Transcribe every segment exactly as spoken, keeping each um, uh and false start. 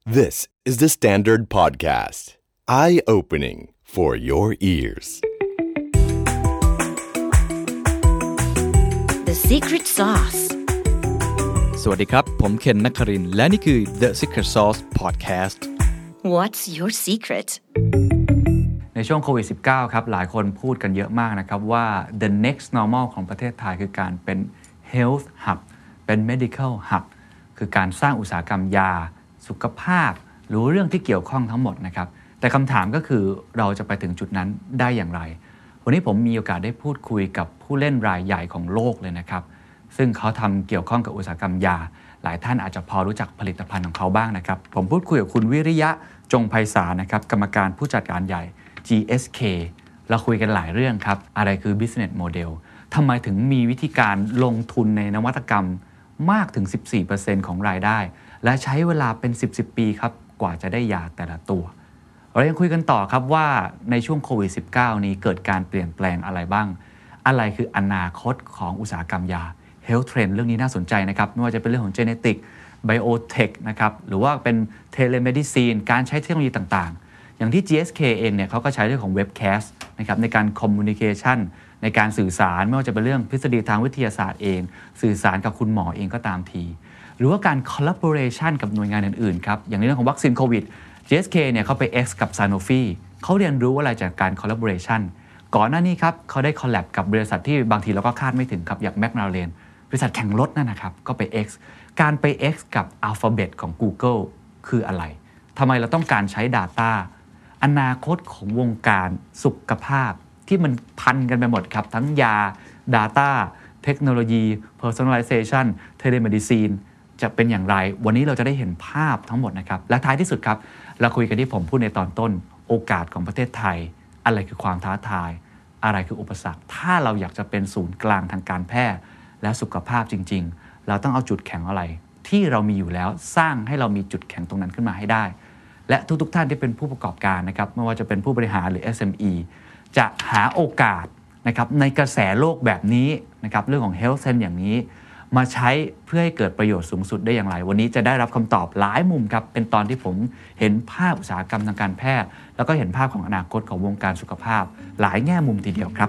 This is the Standard Podcast. Eye-opening for your ears. The Secret Sauce. สวัสดีครับผมเคนนครินทร์และนี่คือ The Secret Sauce Podcast. What's your secret? ในช่วงโควิด สิบเก้า ครับหลายคนพูดกันเยอะมากนะครับว่า the next normal ของประเทศไทยคือการเป็น health hub เป็น medical hub คือการสร้างอุตสาหกรรมยาสุขภาพหรือเรื่องที่เกี่ยวข้องทั้งหมดนะครับแต่คำถามก็คือเราจะไปถึงจุดนั้นได้อย่างไรวันนี้ผมมีโอกาสได้พูดคุยกับผู้เล่นรายใหญ่ของโลกเลยนะครับซึ่งเขาทำเกี่ยวข้องกับอุตสาหกรรมยาหลายท่านอาจจะพอรู้จักผลิตภัณฑ์ของเขาบ้างนะครับผมพูดคุยกับคุณวิริยะจงไพศาลนะครับกรรมการผู้จัดการใหญ่ จี เอส เค เราคุยกันหลายเรื่องครับอะไรคือ business model ทำไมถึงมีวิธีการลงทุนในนวัตกรรมมากถึง สิบสี่เปอร์เซ็นต์ ของรายได้และใช้เวลาเป็น สิบ สิบ ปีครับกว่าจะได้ยาแต่ละตัวเรายังคุยกันต่อครับว่าในช่วงโควิด สิบเก้า นี้เกิดการเปลี่ยนแปลงอะไรบ้างอะไรคืออนาคตของอุตสาหกรรมยา Health Trend เรื่องนี้น่าสนใจนะครับไม่ว่าจะเป็นเรื่องของ Genetic Biotech นะครับหรือว่าเป็น Telemedicine การใช้เทคโนโลยีต่างๆอย่างที่ จี เอส เค เองเนี่ยเขาก็ใช้เรื่องของ Webcast นะครับในการ Communication ในการสื่อสารไม่ว่าจะเป็นเรื่องทฤษฎีทางวิทยาศาสตร์เองสื่อสารกับคุณหมอเองก็ตามทีหรือว่าการ collaboration กับหน่วยงานอื่นๆครับอย่างในเรื่องของวัคซีนโควิด จี เอส เค เนี่ยเขาไป X กับ Sanofi เขาเรียนรู้อะไรจากการ collaboration ก่อนหน้านี้ครับเขาได้ collab กับบริษัทที่บางทีเราก็คาดไม่ถึงครับอย่าง McLaren บริษัทแข่งรถนั่นนะครับก็ไป X การไป X กับ Alphabet ของ Google คืออะไรทำไมเราต้องการใช้ data อนาคตของวงการสุขภาพที่มันพันกันไปหมดครับทั้งยา data เทคโนโลยี personalization telemedicineจะเป็นอย่างไรวันนี้เราจะได้เห็นภาพทั้งหมดนะครับและท้ายที่สุดครับเราคุยกันที่ผมพูดในตอนต้นโอกาสของประเทศไทยอะไรคือความท้าทายอะไรคืออุปสรรคถ้าเราอยากจะเป็นศูนย์กลางทางการแพทย์และสุขภาพจริงๆเราต้องเอาจุดแข็งอะไรที่เรามีอยู่แล้วสร้างให้เรามีจุดแข็งตรงนั้นขึ้นมาให้ได้และทุกๆท่านที่เป็นผู้ประกอบการนะครับไม่ว่าจะเป็นผู้บริหารหรือ เอส เอ็ม อี จะหาโอกาสนะครับในกระแสโลกแบบนี้นะครับเรื่องของ Health Trend อย่างนี้มาใช้เพื่อให้เกิดประโยชน์สูงสุดได้อย่างไรวันนี้จะได้รับคำตอบหลายมุมครับเป็นตอนที่ผมเห็นภาพอุตสาหกรรมทางการแพทย์แล้วก็เห็นภาพของอนาคตของวงการสุขภาพหลายแง่มุมทีเดียวครับ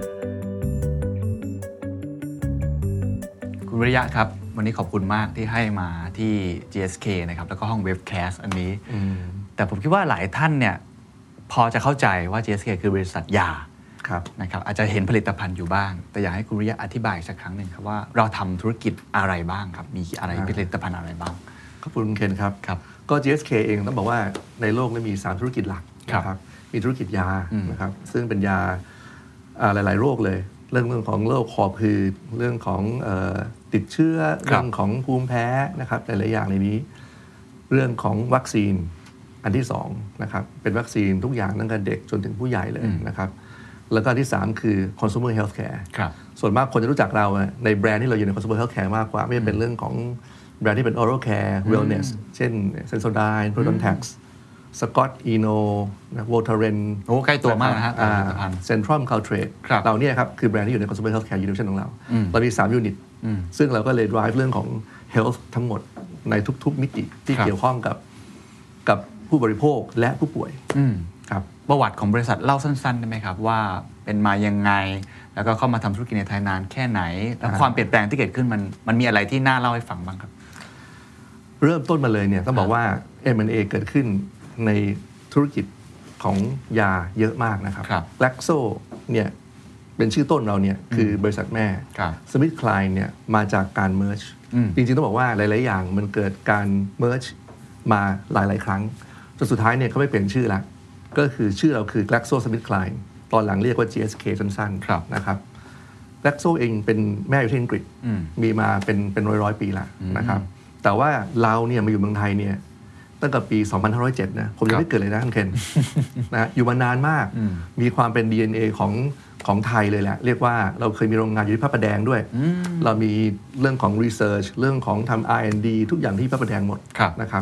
คุณวิริยะครับวันนี้ขอบคุณมากที่ให้มาที่ จี เอส เค นะครับแล้วก็ห้อง Webcast อันนี้แต่ผมคิดว่าหลายท่านเนี่ยพอจะเข้าใจว่า จี เอส เค คือบริษัทยานะครับอาจจะเห็นผลิตภัณฑ์อยู่บ้างแต่อยากให้คุณวิริยะอธิบายสักครั้งหนึ่งครับว่าเราทำธุรกิจอะไรบ้างครับมีอะไรผลิตภัณฑ์อะไรบ้างขอบคุณเคนครับก็ จี เอส เค เองต้องบอกว่าในโลกนี้มีสามธุรกิจหลักนะครับมีธุรกิจยานะครับซึ่งเป็นยาหลายๆโรคเลยเรื่องเรื่องของโรคคอผืดเรื่องของติดเชื้อเรื่องของภูมิแพ้นะครับหลายๆอย่างในนี้เรื่องของวัคซีนอันที่สองนะครับเป็นวัคซีนทุกอย่างตั้งแต่เด็กจนถึงผู้ใหญ่เลยนะครับแล้วก็ที่สามคือ consumer healthcare ส่วนมากคนจะรู้จักเราในแบรนด์ที่เราอยู่ใน consumer healthcare มากกว่าไม่ใช่เป็นเรื่องของแบรนด์ที่เป็น oral care wellness เช่น Sensodyne Protontax Scott Eno Voltaren โอ้ใกล้ตัวมากนะฮะ Centrum Caltrate เราเนี่ยครับคือแบรนด์ที่อยู่ใน consumer healthcare division ของเราเรามีสามยูนิตซึ่งเราก็เลย drive เรื่องของ health ทั้งหมดในทุกๆมิติที่เกี่ยวข้องกับกับผู้บริโภคและผู้ป่วยครับประวัติของบริษัทเล่าสั้นๆได้ไหมครับว่าเป็นมายังไงแล้วก็เข้ามาทำธุรกิจในไทยนานแค่ไหนแล้วความเปลี่ยนแปลงที่เกิดขึ้นมันมันมีอะไรที่น่าเล่าให้ฟังบ้างครับเริ่มต้นมาเลยเนี่ยต้องบอกว่า เอ็ม แอนด์ เอ เกิดขึ้นในธุรกิจของยาเยอะมากนะครับ Glaxo เนี่ยเป็นชื่อต้นเราเนี่ยคือบริษัทแม่ SmithKline เนี่ยมาจากการ merge จริงๆต้องบอกว่าหลายๆอย่างมันเกิดการ merge มาหลายๆครั้งจนสุดท้ายเนี่ยเขาไม่เปลี่ยนชื่อละก็คือชื่อเราคือ GlaxoSmithKline ตอนหลังเรียกว่า จี เอส เค สั้นๆนะครับ Glaxo เองเป็นแม่อยู่ที่อังกฤษมีมาเป็นเป็นร้อยๆปีละนะครับแต่ว่าเราเนี่ยมาอยู่เมืองไทยเนี่ยตั้งแต่ปีสองพันห้าร้อยเจ็ดนะผมยังไม่เกิดเลยนะท่านเคนนะอยู่มานานมากมีความเป็น ดี เอ็น เอ ของของไทยเลยแหละเรียกว่าเราเคยมีโรงงานอยู่ที่พระประแดงด้วยเรามีเรื่องของ research เรื่องของทำ อาร์ แอนด์ ดี ทุกอย่างที่พระประแดงหมดนะครับ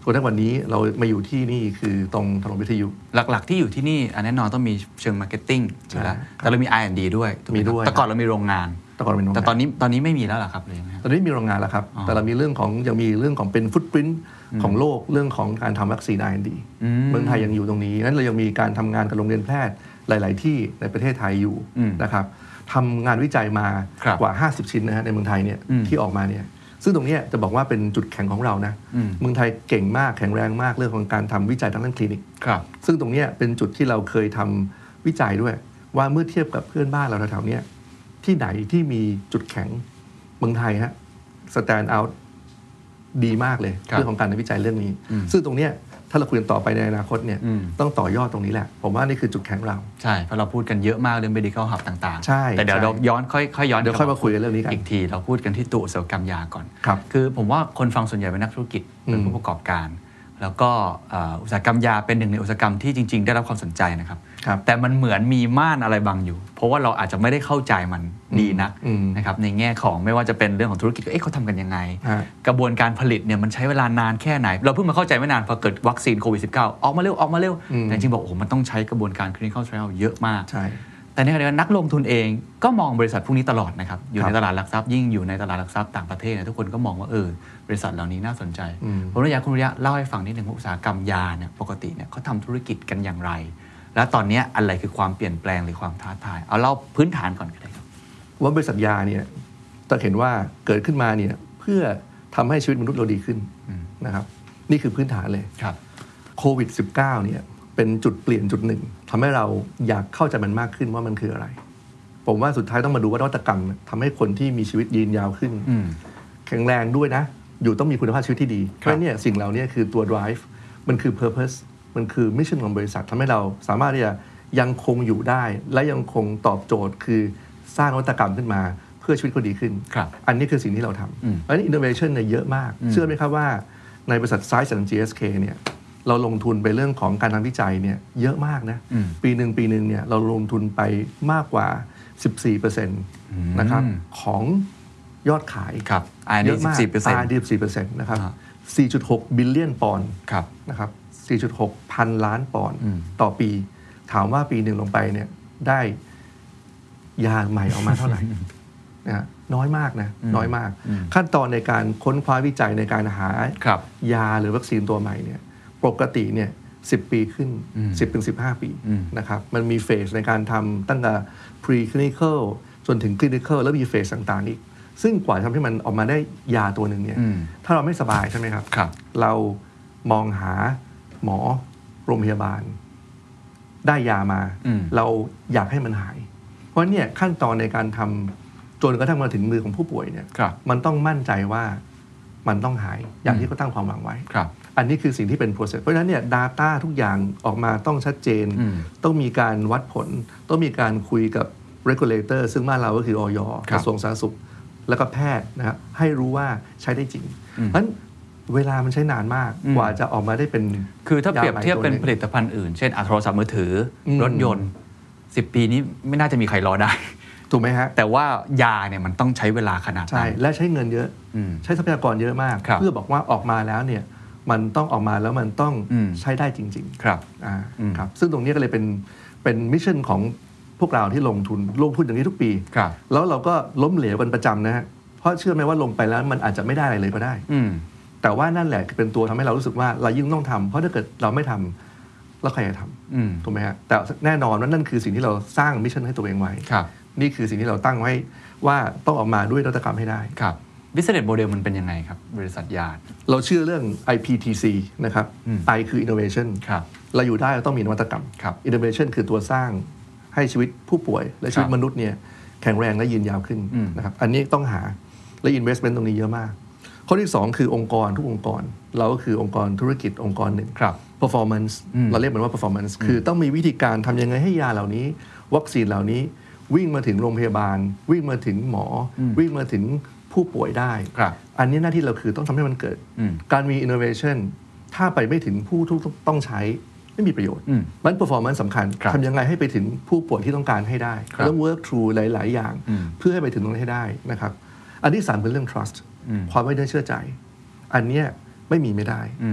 จนถึงวันนี้เรามาอยู่ที่นี่คือตรงถนนวิทยุหลักๆที่อยู่ที่นี่แน่นอนต้องมีเชิงมาร์เก็ตติ้งอยู่แล้วแต่เรามี อาร์ แอนด์ ดี ด้วยมีด้วยแต่ก่อนเรามีโรงงานแต่ก่อนเป็นโรงงานแต่ตอนนี้ตอนนี้ไม่มีแล้วหรอครับเลยไหมตอนนี้มีโรงงานแล้วครับแต่เรามีเรื่องของยังมีเรื่องของเป็นฟุตปรินท์ของโลกเรื่องของการทำวัคซีน อาร์ แอนด์ ดี เมืองไทยยังอยู่ตรงนี้นั้นเรายังมีการทำงานกับโรงเรียนแพทย์หลายๆที่ในประเทศไทยอยู่นะครับทำงานวิจัยมากว่าห้าสิบชิ้นนะฮะในเมืองไทยเนี่ยที่ออกมาเนี่ยซึ่งตรงนี้จะบอกว่าเป็นจุดแข็งของเรานะเมืองไทยเก่งมากแข็งแรงมากเรื่องของการทำวิจัยทางด้านคลินิกซึ่งตรงนี้เป็นจุดที่เราเคยทำวิจัยด้วยว่าเมื่อเทียบกับเพื่อนบ้านเราแถวๆนี้ที่ไหนที่มีจุดแข็งเมืองไทยฮะ stand out ดีมากเลยเรื่องของการวิจัยเรื่องนี้ซึ่งตรงนี้ถ้าเราคุยกันต่อไปในอนาคตเนี่ยต้องต่อยอดตรงนี้แหละผมว่านี่คือจุดแข็งเราใช่เพราะเราพูดกันเยอะมากเรื่อง medical hub ต่างๆใช่แต่เดี๋ยวเราย้อนค่อยๆย้อนเดี๋ยวค่อยมาคุยกันเรื่องนี้กันอีกทีเราพูดกันที่ตัวอุตสาหกรรมยาก่อนครับคือผมว่าคนฟังส่วนใหญ่เป็นนักธุรกิจเป็นผู้ประกอบการแล้วก็อุตสาหกรรมยาเป็นหนึ่งในอุตสาหกรรมที่จริงๆได้รับความสนใจนะครับแต่มันเหมือนมีม่านอะไรบังอยู่เพราะว่าเราอาจจะไม่ได้เข้าใจมันดีนักนะครับในแง่ของไม่ว่าจะเป็นเรื่องของธุรกิจเอ๊ะเขาทำกันยังไงกระบวนการผลิตเนี่ยมันใช้เวลานานแค่ไหนเราเพิ่งมาเข้าใจไม่นานพอเกิดวัคซีนโควิด สิบเก้า ออกมาเร็วออกมาเร็วแต่จริงๆบอกโอ้โหมันต้องใช้กระบวนการ clinical trial เยอะมากแต่ในขณะเดียวกันนักลงทุนเองก็มองบริษัทพวกนี้ตลอดนะครับอยู่ในตลาดหลักทรัพย์ยิ่งอยู่ในตลาดหลักทรัพย์ต่างประเทศทุกคนก็มองว่าเออบริษัทเหล่านี้น่าสนใจผมอยากคุณวิริยะเล่าให้ฟังนิดนึงว่าอุตสาหกรรมยาเนี่ยปกติเนี่ยเขาทำธุรกิจกันอย่างไรและตอนนี้อะไรคือความเปลี่ยนแปลงหรือความท้าทายเอาเล่าพื้นฐานก่อนก็ได้ครับว่าบริษัทยาเนี่ยต้องเห็นว่าเกิดขึ้นมาเนี่ยเพื่อทำให้ชีวิตมนุษย์เราดีขึ้นนะครับนี่คือพื้นฐานเลยโควิด สิบเก้า เนี่ยเป็นจุดเปลี่ยนจุดหนึ่งทำให้เราอยากเข้าใจมันมากขึ้นว่ามันคืออะไรผมว่าสุดท้ายต้องมาดูว่านวัตกรรมทำให้คนที่มีชีวิตยืนยาวขึ้นแข็งแรงด้วยนะอยู่ต้องมีคุณภาพชีวิตที่ดีเพราะเนี่ยสิ่งเหล่านี้คือตัว drive มันคือ purpose มันคือ mission ของบริษัททำให้เราสามารถที่จะยังคงอยู่ได้และยังคงตอบโจทย์คือสร้างนวัตกรรมขึ้นมาเพื่อชีวิตคนดีขึ้นอันนี้คือสิ่งที่เราทำเพราะฉะนั้น innovation เนี่ยเยอะมากเชื่อไหมครับว่าในบริษัท Science และ จี เอส เค เนี่ยเราลงทุนไปเรื่องของการทำวิจัยเนี่ยเยอะมากนะปีหนึ่งปีหนึ่งเนี่ยเราลงทุนไปมากกว่า สิบสี่เปอร์เซ็นต์ นะครับของยอดขายเยอะมาก อาร์ แอนด์ ดี สิบสี่เปอร์เซ็นต์ นะครับ สี่จุดหก บิลเลียนปอนด์นะครับ สี่จุดหก พันล้านปอนด์ต่อปีถามว่าปีหนึ่งลงไปเนี่ยได้ยาใหม่ออกมาเท่าไหร่นะน้อยมากนะน้อยมากขั้นตอนในการค้นคว้าวิจัยในการหายาหรือวัคซีนตัวใหม่เนี่ยปกติเนี่ยสิบปีขึ้น สิบถึงสิบห้า ปีนะครับมันมีเฟสในการทำตั้งแต่ pre-clinical จนถึง clinical แล้วมีเฟสต่างๆอีกซึ่งกว่าทำให้มันออกมาได้ยาตัวหนึ่งเนี่ยถ้าเราไม่สบายใช่ไหมครับเรามองหาหมอโรงพยาบาลได้ยามาเราอยากให้มันหายเพราะเนี่ยขั้นตอนในการทำจนกระทั่งมาถึงมือของผู้ป่วยเนี่ยมันต้องมั่นใจว่ามันต้องหายอย่างที่เขาตั้งความหวังไว้อันนี้คือสิ่งที่เป็น process เพราะฉะนั้นเนี่ย data ทุกอย่างออกมาต้องชัดเจนต้องมีการวัดผลต้องมีการคุยกับ regulator ซึ่งบ้านเราก็คือ อย.กระทรวงสาธารณสุขแล้วก็แพทย์นะครับให้รู้ว่าใช้ได้จริงเพราะฉะนั้นเวลามันใช้นานมากกว่าจะออกมาได้เป็นคือถ้าเปรียบเทียบเป็นผลิตภัณฑ์อื่นเช่นโทรศัพท์มือถือรถยนต์สิบปีนี้ไม่น่าจะมีใครรอได้ถูกไหมฮะแต่ว่ายาเนี่ยมันต้องใช้เวลาขนาดนั้นใช่และใช้เงินเยอะใช้ทรัพยากรเยอะมากเพื่อบอกว่าออกมาแล้วเนี่ยมันต้องออกมาแล้วมันต้องใช้ได้จริงๆครับอ่าครับซึ่งตรงนี้ก็เลยเป็นเป็นมิชชั่นของพวกเราที่ลงทุนลงทุนอย่างนี้ทุกปีแล้วเราก็ล้มเหลวกันประจำนะฮะเพราะเชื่อไหมว่าลงไปแล้วมันอาจจะไม่ได้อะไรเลยก็ได้แต่ว่านั่นแหละเป็นตัวทำให้เรารู้สึกว่าเรายิ่งต้องทำเพราะถ้าเกิดเราไม่ทำแล้วใครจะทำถูกไหมฮะแต่แน่นอนว่านั่นคือสิ่งที่เราสร้างมิชชั่นให้ตัวเองไว้นี่คือสิ่งที่เราตั้งไว้ว่าต้องออกมาด้วยนวัตกรรมให้ได้ครับ business model มันเป็นยังไงครับบริษัทยาเราเชื่อเรื่อง ไอ พี ที ซี นะครับ I คือ innovation เราอยู่ได้เราต้องมีนวัตกรรม innovation คือตัวสร้างให้ชีวิตผู้ป่วยและชีวิตมนุษย์เนี่ยแข็งแรงและยืนยาวขึ้นนะครับอันนี้ต้องหาและ investment ตรงนี้เยอะมากข้อที่สองคือองค์กรทุกองค์กรเราก็คือองค์กรธุรกิจองค์กรหนึ่ง performance เราเรียกมันว่า performance คือต้องมีวิธีการทำยังไงให้ยาเหล่านี้วัคซีนเหล่านี้วิ่งมาถึงโรงพยาบาลวิ่งมาถึงหมอวิ่งมาถึงผู้ป่วยได้อันนี้หน้าที่เราคือต้องทำให้มันเกิดการมี innovation ถ้าไปไม่ถึงผู้ทุกต้องใช้ไม่มีประโยชน์มัน performance สำคัญทำยังไงให้ไปถึงผู้ป่วยที่ต้องการให้ได้ต้อง work through หลายๆอย่างเพื่อให้ไปถึงตรงนั้นให้ได้นะครับอันที่สามเป็นเรื่อง trust ความไว้เนื้อเชื่อใจอันนี้ไม่มีไม่ได้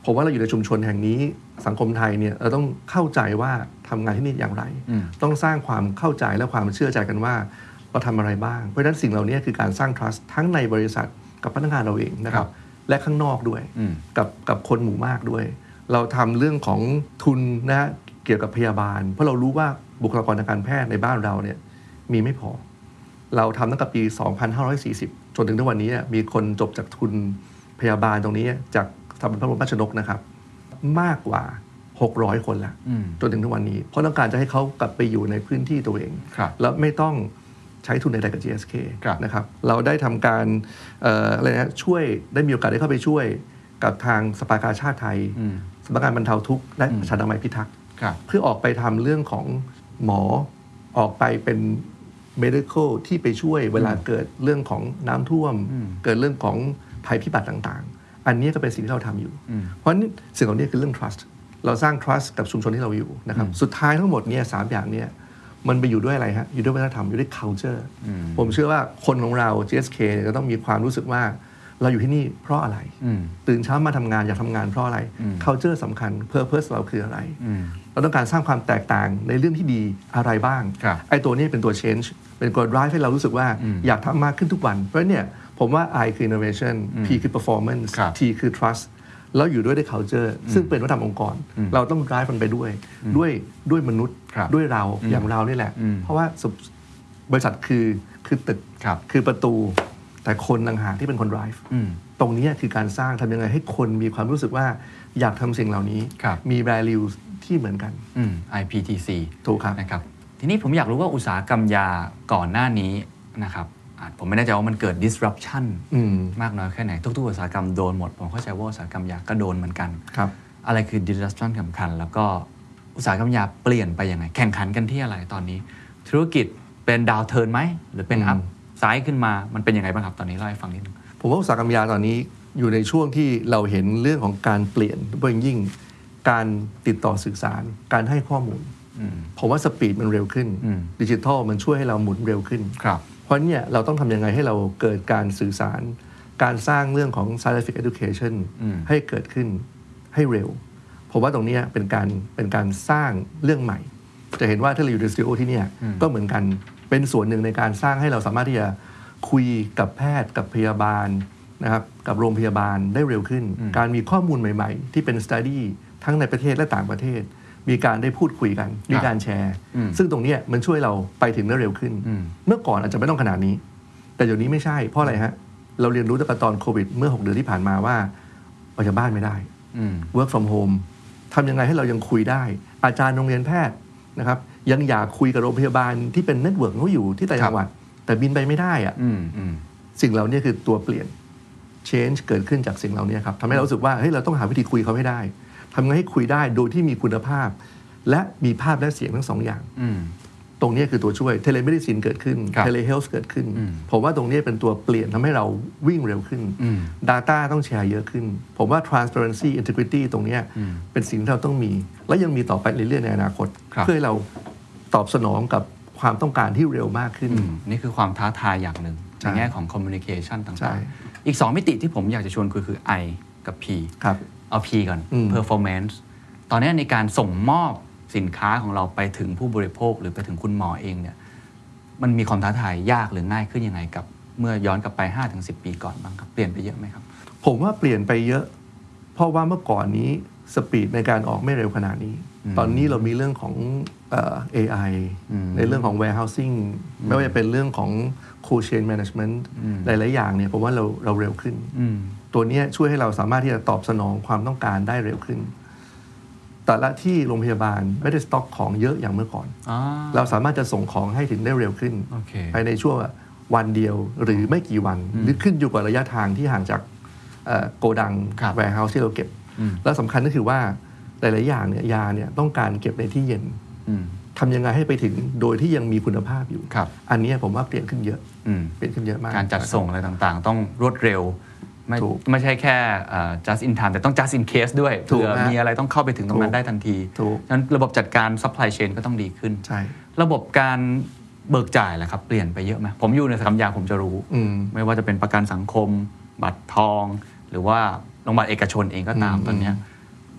ผมว่าเราอยู่ในชุมชนแห่งนี้สังคมไทยเนี่ยเราต้องเข้าใจว่าทำงานที่นี่อย่างไรต้องสร้างความเข้าใจและความเชื่อใจกันว่าเราทำอะไรบ้างเพราะฉะนั้นสิ่งเหล่านี้คือการสร้าง trust ทั้งในบริษัทกับพนักงานเราเองนะครับและข้างนอกด้วยกับกับคนหมู่มากด้วยเราทำเรื่องของทุนนะเกี่ยวกับพยาบาลเพราะเรารู้ว่าบุคลากรทางการแพทย์ในบ้านเราเนี่ยมีไม่พอเราทำตั้งแต่ปีสองพันห้าร้อยสี่สิบจนถึงทุกวันนี้มีคนจบจากทุนพยาบาลตรงนี้จากสถาบันพระบรมราชชนกนะครับมากกว่าหกร้อยคนแล้วจนถึงทุกวันนี้เพราะต้องการจะให้เขากลับไปอยู่ในพื้นที่ตัวเองแล้วไม่ต้องใช้ทุนใดๆกับ จี เอส เค นะครับเราได้ทำการเอ่ออะไรนะช่วยได้มีโอกาสได้เข้าไปช่วยกับทางสภากาชาติไทยสำนักงานบรรเทาทุกข์และประชานามัยพิทักษ์เพื่อออกไปทำเรื่องของหมอออกไปเป็น medical ที่ไปช่วยเวลาเกิดเรื่องของน้ำท่วมเกิดเรื่องของภัยพิบัติต่างๆอันนี้ก็เป็นสิ่งที่เราทำอยู่เพราะฉะนั้นสิ่งเหล่านี้คือเรื่อง trust เราสร้าง trust กับชุมชนที่เราอยู่นะครับสุดท้ายทั้งหมดเนี่ยสามอย่างเนี่ยมันไปอยู่ด้วยอะไรฮะอยู่ด้วยวัฒนธรรมอยู่ด้วย culture ผมเชื่อว่าคนของเรา จี เอส เค เนี่ยจะต้องมีความรู้สึกว่าเราอยู่ที่นี่เพราะอะไรตื่นเช้ามาทำงานอยากทำงานเพราะอะไร culture สำคัญ purpose เราคืออะไรเราต้องการสร้างความแตกต่างในเรื่องที่ดีอะไรบ้างไอ้ตัวนี้เป็นตัว change เป็นตัว drive ให้เรารู้สึกว่าอยากทำมากขึ้นทุกวันเพราะเนี่ยผมว่า I คือ innovation P คือ performance T คือ trust แล้วอยู่ด้วยด้วย culture ซึ่งเป็นวัฒนธรรมองค์กรเราต้อง drive มันไปด้วยด้วยด้วยมนุษย์ด้วยเราอย่างเรานี่แหละเพราะว่าบริษัทคือคือตึกคือประตูแต่คนต่างหากที่เป็นคน drive ตรงนี้คือการสร้างทำยังไงให้คนมีความรู้สึกว่าอยากทำสิ่งเหล่านี้มี value ที่เหมือนกันไอ พี ที ซีถูกครับนะครับทีนี้ผมอยากรู้ว่าอุตสาหกรรมยาก่อนหน้านี้นะครับผมไม่แน่ใจว่ามันเกิด disruption มากน้อยแค่ไหนทุกๆอุตสาหกรรมโดนหมดผมเข้าใจว่าอุตสาหกรรมยาก็โดนเหมือนกันอะไรคือ disruption สำคัญแล้วก็อุตสาหกรรมยาเปลี่ยนไปยังไงแข่งขันกันที่อะไรตอนนี้ธุรกิจเป็นดาวเทิร์นไหมหรือเป็นอัพไซด์ขึ้นมามันเป็นยังไงบ้างครับตอนนี้เล่าให้ฟังนิดนึงผมว่าอุตสาหกรรมยาตอนนี้อยู่ในช่วงที่เราเห็นเรื่องของการเปลี่ยนโดยเฉพาะยิ่งการติดต่อสื่อสารการให้ข้อมูลผมว่าสปีดมันเร็วขึ้นดิจิทัลมันช่วยให้เราหมุนเร็วขึ้นเพราะเนี่ยเราต้องทำยังไงให้เราเกิดการสื่อสารการสร้างเรื่องของ scientific education ให้เกิดขึ้นให้เร็วผมว่าตรงนี้เป็นการเป็นการสร้างเรื่องใหม่จะเห็นว่าถ้าเราอยู่ในสตูดิโอที่นี่ก็เหมือนกันเป็นส่วนหนึ่งในการสร้างให้เราสามารถที่จะคุยกับแพทย์กับพยาบาลนะครับกับโรงพยาบาลได้เร็วขึ้นการมีข้อมูลใหม่ๆที่เป็น study ทั้งในประเทศและต่างประเทศมีการได้พูดคุยกันมีการแชร์ซึ่งตรงนี้มันช่วยเราไปถึงได้เร็วขึ้นเมื่อก่อนอาจจะไม่ต้องขนาดนี้แต่เดี๋ยวนี้ไม่ใช่เพราะอะไรฮะเราเรียนรู้ตั้งแต่ตอนโควิดเมื่อหกเดือนที่ผ่านมาว่าออกจากบ้านไม่ได้ work from home ทำยังไงให้เรายังคุยได้อาจารย์โรงเรียนแพทย์นะครับยังอยากคุยกับโรงพยาบาลที่เป็นเน็ตเวิร์กเขาอยู่ที่ต่างจังหวัดแต่บินไปไม่ได้อะสิ่งเหล่านี้คือตัวเปลี่ยน change เกิดขึ้นจากสิ่งเหล่านี้ครับทำให้เรารู้สึกว่าเฮ้ยเราต้องหาวิธีคุยเขาให้ได้ทำไงให้คุยได้โดยที่มีคุณภาพและมีภาพและเสียงทั้งสองอย่างตรงนี้คือตัวช่วยเทเลเมดิซินเกิดขึ้นเทเลเฮลท์เกิดขึ้นผมว่าตรงนี้เป็นตัวเปลี่ยนทำให้เราวิ่งเร็วขึ้น Data ต้องแชร์เยอะขึ้นผมว่า transparency integrity ตรงนี้เป็นสิ่งที่เราต้องมีและยังมีต่อไปเรื่อยๆในอนาคตเพื่อให้เราตอบสนองกับความต้องการที่เร็วมากขึ้นนี่คือความท้าทายอย่างหนึ่งในแง่ของ communication ต่างๆอีกสองมิติที่ผมอยากจะชวนคุยคือ I กับ P เอา P ก่อน performance ตอนนี้ในการส่งมอบสินค้าของเราไปถึงผู้บริโภคหรือไปถึงคุณหมอเองเนี่ยมันมีความท้าทายยากหรือง่ายขึ้นยังไงกับเมื่อย้อนกลับไป ห้าถึงสิบ ปีก่อนบ้างครับเปลี่ยนไปเยอะไหมครับผมว่าเปลี่ยนไปเยอะเพราะว่าเมื่อก่อนนี้สปีดในการออกไม่เร็วขนาดนี้ตอนนี้เรามีเรื่องของเอ่อ เอ ไอ ในเรื่องของ warehousing ไม่ว่าจะเป็นเรื่องของ cold chain management หลายๆอย่างเนี่ยผมว่าเราเราเร็วขึ้นตัวนี้ช่วยให้เราสามารถที่จะตอบสนองความต้องการได้เร็วขึ้นแต่ละที่โรงพยาบาลไม่ได้สต็อกของเยอะอย่างเมื่อก่อนเราสามารถจะส่งของให้ถึงได้เร็วขึ้นภายในช่วงวันเดียวหรือไม่กี่วันหรือขึ้นอยู่กับระยะทางที่ห่างจากโกดัง warehouse ที่เราเก็บแล้วสำคัญก็คือว่าหลายๆอย่างเนี่ยยาเนี่ยต้องการเก็บในที่เย็นทำยังไงให้ไปถึงโดยที่ยังมีคุณภาพอยู่อันนี้ผมว่าเปลี่ยนขึ้นเยอะเปลี่ยนขึ้นเยอะมากการจัดส่งอะไรต่างๆต้องรวดเร็วไม่ไม่ใช่แค่ just in time แต่ต้อง just in case ด้วยเผื่อมีอะไรต้องเข้าไปถึงตรงนั้นได้ทันทีฉะนั้นระบบจัดการ supply chain ก็ต้องดีขึ้นระบบการเบิกจ่ายแหละครับเปลี่ยนไปเยอะไหมผมอยู่ในสาขายาผมจะรู้ไม่ว่าจะเป็นประกันสังคมบัตรทองหรือว่าโรงพยาบาลเอกชนเองก็ตามตอนนี้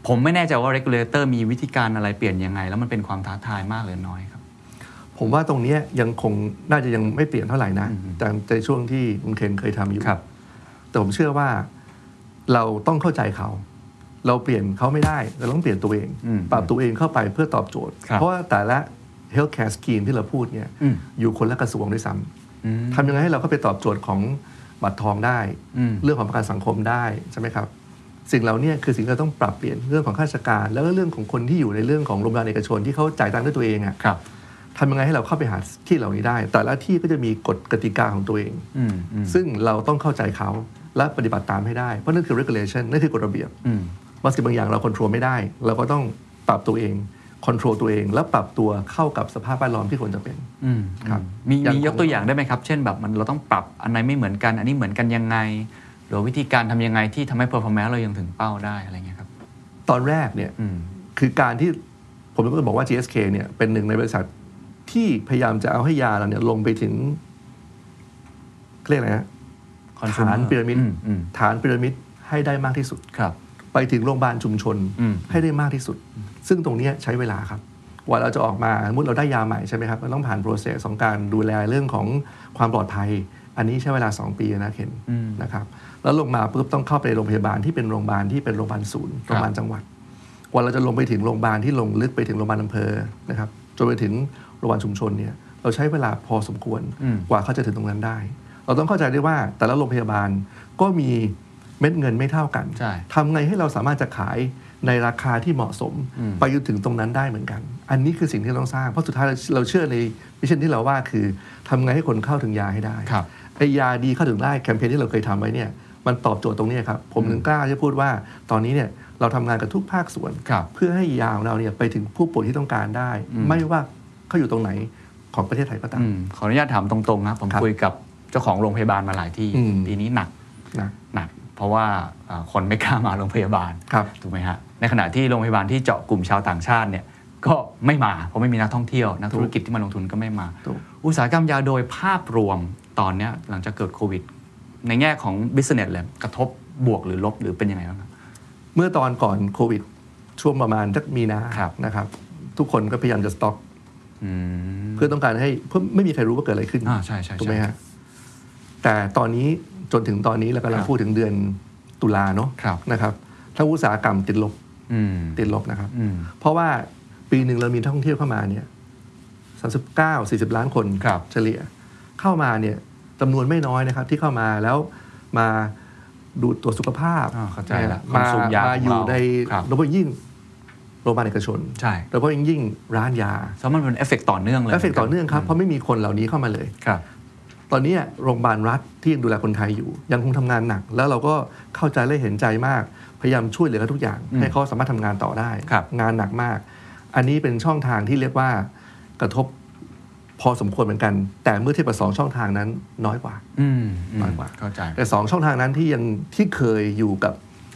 ผมไม่แน่ใจว่า regulator มีวิธีการอะไรเปลี่ยนยังไงแล้วมันเป็นความท้าทายมากหรือน้อยครับผมว่าตรงนี้ยังคงน่าจะยังไม่เปลี่ยนเท่าไหร่นะจากในช่วงที่คุณเคนเคยทำอยู่แต่ผมเชื่อว่าเราต้องเข้าใจเขาเราเปลี่ยนเขาไม่ได้เราต้องเปลี่ยนตัวเองปรับตัวเองเข้าไปเพื่อตอบโจทย์เพราะว่าแต่ละ healthcare scheme ที่เราพูดเนี่ยอยู่คนละกระทรวงด้วยซ้ำทำยังไงให้เราเข้าไปตอบโจทย์ของบัตรทองได้เรื่องของประกันสังคมได้ใช่ไหมครับสิ่งเหล่านี้คือสิ่งที่เราต้องปรับเปลี่ยนเรื่องของข้าราชการแล้วก็เรื่องของคนที่อยู่ในเรื่องของโรงพยาบาลเอกชนที่เขาจ่ายตังค์ด้วยตัวเองอ่ะทำยังไงให้เราเข้าไปหาที่เหล่านี้ได้แต่ละที่ก็จะมีกฎกติกาของตัวเองซึ่งเราต้องเข้าใจเขาและปฏิบัติตามให้ได้เพราะนั่นคือ regulation นั่นคือกฎระเบียบบางสิ่งบางอย่างเราควบคุมไม่ได้เราก็ต้องปรับตัวเองคอนโทรลตัวเองและปรับตัวเข้ากับสภาพแวดล้อมที่ควรจะเป็นครับมีมียกตัวอย่างได้ไหมครับเช่นแบบมันเราต้องปรับอันไหนไม่เหมือนกันอันนี้เหมือนกันยังไงหรือวิธีการทำยังไงที่ทำให้ performance เรายังถึงเป้าได้อะไรเงี้ยครับตอนแรกเนี่ยคือการที่ผมก็จะบอกว่า จี เอส เค เนี่ยเป็นหนึ่งในบริษัทที่พยายามจะเอาให้ยาเราเนี่ยลงไปถึงเรียกอะไรนะฐานพีระมิดฐานพีระมิดให้ได้มากที่สุดไปถึงโรงพยาบาลชุมชนให้ได้มากที่สุดซึ่งตรงนี้ใช้เวลาครับกว่าเราจะออกมาสมมติเราได้ยาใหม่ใช่ไหมครับเราต้องผ่านโปรเซสของการดูแลเรื่องของความปลอดภัยอันนี้ใช้เวลาสองปีนะเคนนะครับแล้วลงมาปุ๊บต้องเข้าไปโรงพยาบาลที่เป็นโรงพยาบาลที่เป็นโรงพยาบาลศูนย์โรงพยาบาลจังหวัดกว่าเราจะลงไปถึงโรงพยาบาลที่ลงลึกไปถึงโรงพยาบาลอำเภอนะครับจนไปถึงโรงพยาบาลชุมชนเนี่ยเราใช้เวลาพอสมควรกว่าเขาจะถึงตรงนั้นได้เราต้องเข้าใจได้ว่าแต่ละโรงพยาบาลก็มีเม็ดเงินไม่เท่ากันทำไงให้เราสามารถจะขายในราคาที่เหมาะสมไปจนถึงตรงนั้นได้เหมือนกันอันนี้คือสิ่งที่เราต้องสร้างเพราะสุดท้ายเราเชื่อในวิชั่นที่เราว่าคือทำไงให้คนเข้าถึงยาให้ได้ไอ้ยาดีเข้าถึงได้แคมเปญที่เราเคยทำไว้เนี่ยมันตอบโจทย์ตรงนี้ครับผมถึงกล้าจะพูดว่าตอนนี้เนี่ยเราทำงานกับทุกภาคส่วนเพื่อให้ยาของเราเนี่ยไปถึงผู้ป่วยที่ต้องการได้ไม่ว่าเขาอยู่ตรงไหนของประเทศไทยก็ตามขออนุญาตถามตรงๆนะผมคุยกับเจ้าของโรงพยาบาลมาหลายที่ปีนี้หนักหนักเพราะว่าคนไม่กล้ามาโรงพยาบาลถูกไหมฮะในขณะที่โรงพยาบาลที่เจาะกลุ่มชาวต่างชาติเนี่ยก็ไม่มาเพราะไม่มีนักท่องเที่ยวนักธุรกิจที่มาลงทุนก็ไม่มาอุตสาหกรรมยาโดยภาพรวมตอนนี้หลังจากเกิดโควิดในแง่ของ business เลยกระทบบวกหรือลบหรือเป็นยังไงบ้างครับเมื่อตอนก่อนโควิดช่วงประมาณสักมีนานะครับทุกคนก็พยายามจะสต็อกเพื่อต้องการให้เพื่อไม่มีใครรู้ว่าเกิดอะไรขึ้นถูกไหมฮะแต่ตอนนี้จนถึงตอนนี้เรากำลังพูดถึงเดือนตุลาเนาะนะครับทั้งอุตสาหกรรมติดลบติดลบนะครับเพราะว่าปีหนึ่งเรามีนักท่องเที่ยวเข้ามาเนี่ยสามสิบเก้า สี่สิบล้านคนเฉลี่ยเข้ามาเนี่ยจำนวนไม่น้อยนะครับที่เข้ามาแล้วมาดูตรวจสุขภาพมามาอยู่ในโดยเฉพาะยิ่งโรงพยาบาลเอกชนใช่โดยเฉพาะยิ่งร้านยาเพราะมันเป็นเอฟเฟกต์ต่อเนื่องเลยเอฟเฟกต์ต่อเนื่องครับเพราะไม่มีคนเหล่านี้เข้ามาเลยตอนนี้โรงพยาบาลรัฐที่ดูแลคนไทยอยู่ยังคงทำงานหนักแล้วเราก็เข้าใจและเห็นใจมากพยายามช่วยเหลือเขาทุกอย่างให้เขาสามารถทำงานต่อได้งานหนักมากอันนี้เป็นช่องทางที่เรียกว่ากระทบพอสมควรเหมือนกันแต่เมื่อเทียบกับสองช่องทางนั้นน้อยกว่าน้อยกว่าเข้าใจแต่สองช่องทางนั้นที่ยังที่เคยอยู่กับ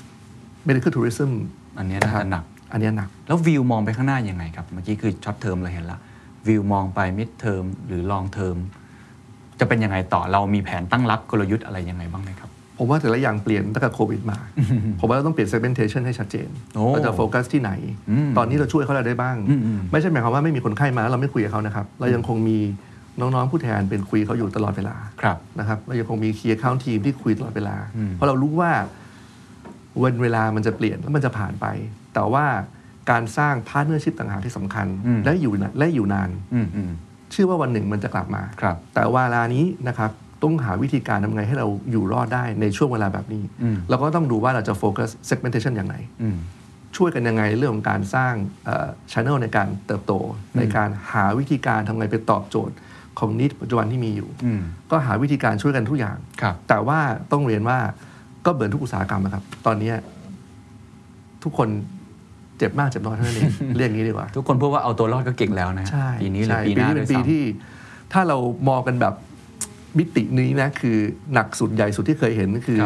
medical tourism อันนี้น่าจะหนักอันนี้หนักแล้ววิวมองไปข้างหน้ายังไงครับเมื่อกี้คือช็อตเทอมเราเห็นละวิวมองไปมิดเทอมหรือลองเทอมจะเป็นยังไงต่อเรามีแผนตั้งรับกลยุทธ์อะไรยังไงบ้างไหมครับผมว่าแต่ละอย่างเปลี่ยนตั้งแต่โควิดมาผมว่าเราต้องเปลี่ยน segmentation ให้ชัดเจนเราจะโฟกัสที่ไหนตอนนี้เราช่วยเขาได้บ้างไม่ใช่หมายความว่าไม่มีคนไข้มาเราไม่คุยกับเขานะครับเรายังคงมีน้องๆผู้แทนเป็นคุยเขาอยู่ตลอดเวลานะครับเรายังคงมี key account team ที่คุยตลอดเวลาเพราะเรารู้ว่าวันเวลามันจะเปลี่ยนแล้วมันจะผ่านไปแต่ว่าการสร้าง partnership ต่างหากที่สำคัญและอยู่และอยู่นานเชื่อว่าวันหนึ่งมันจะกลับมาแต่เวลานี้นะครับต้องหาวิธีการทำไงให้เราอยู่รอดได้ในช่วงเวลาแบบนี้เราก็ต้องดูว่าเราจะโฟกัส segmentation อย่างไรช่วยกันยังไงเรื่องของการสร้าง channel ในการเติบโตในการหาวิธีการทำไงไปตอบโจทย์ของนิดปัจจุบันที่มีอยู่ก็หาวิธีการช่วยกันทุกอย่างแต่ว่าต้องเรียนว่าก็เหมือนทุกอุตสาหกรรมนะครับตอนนี้ทุกคนเจ็บมากเจ็บน้อยเท่านั้นเองเรียกงี้ดีกว่าทุกคนพูดว่าเอาตัวรอดก็เก่งแล้วนะปีนี้หรือปีหน้าเป็นปีที่ถ้าเรามองกันแบบมิตินี้นะคือหนักสุดใหญ่สุดที่เคยเห็นคือ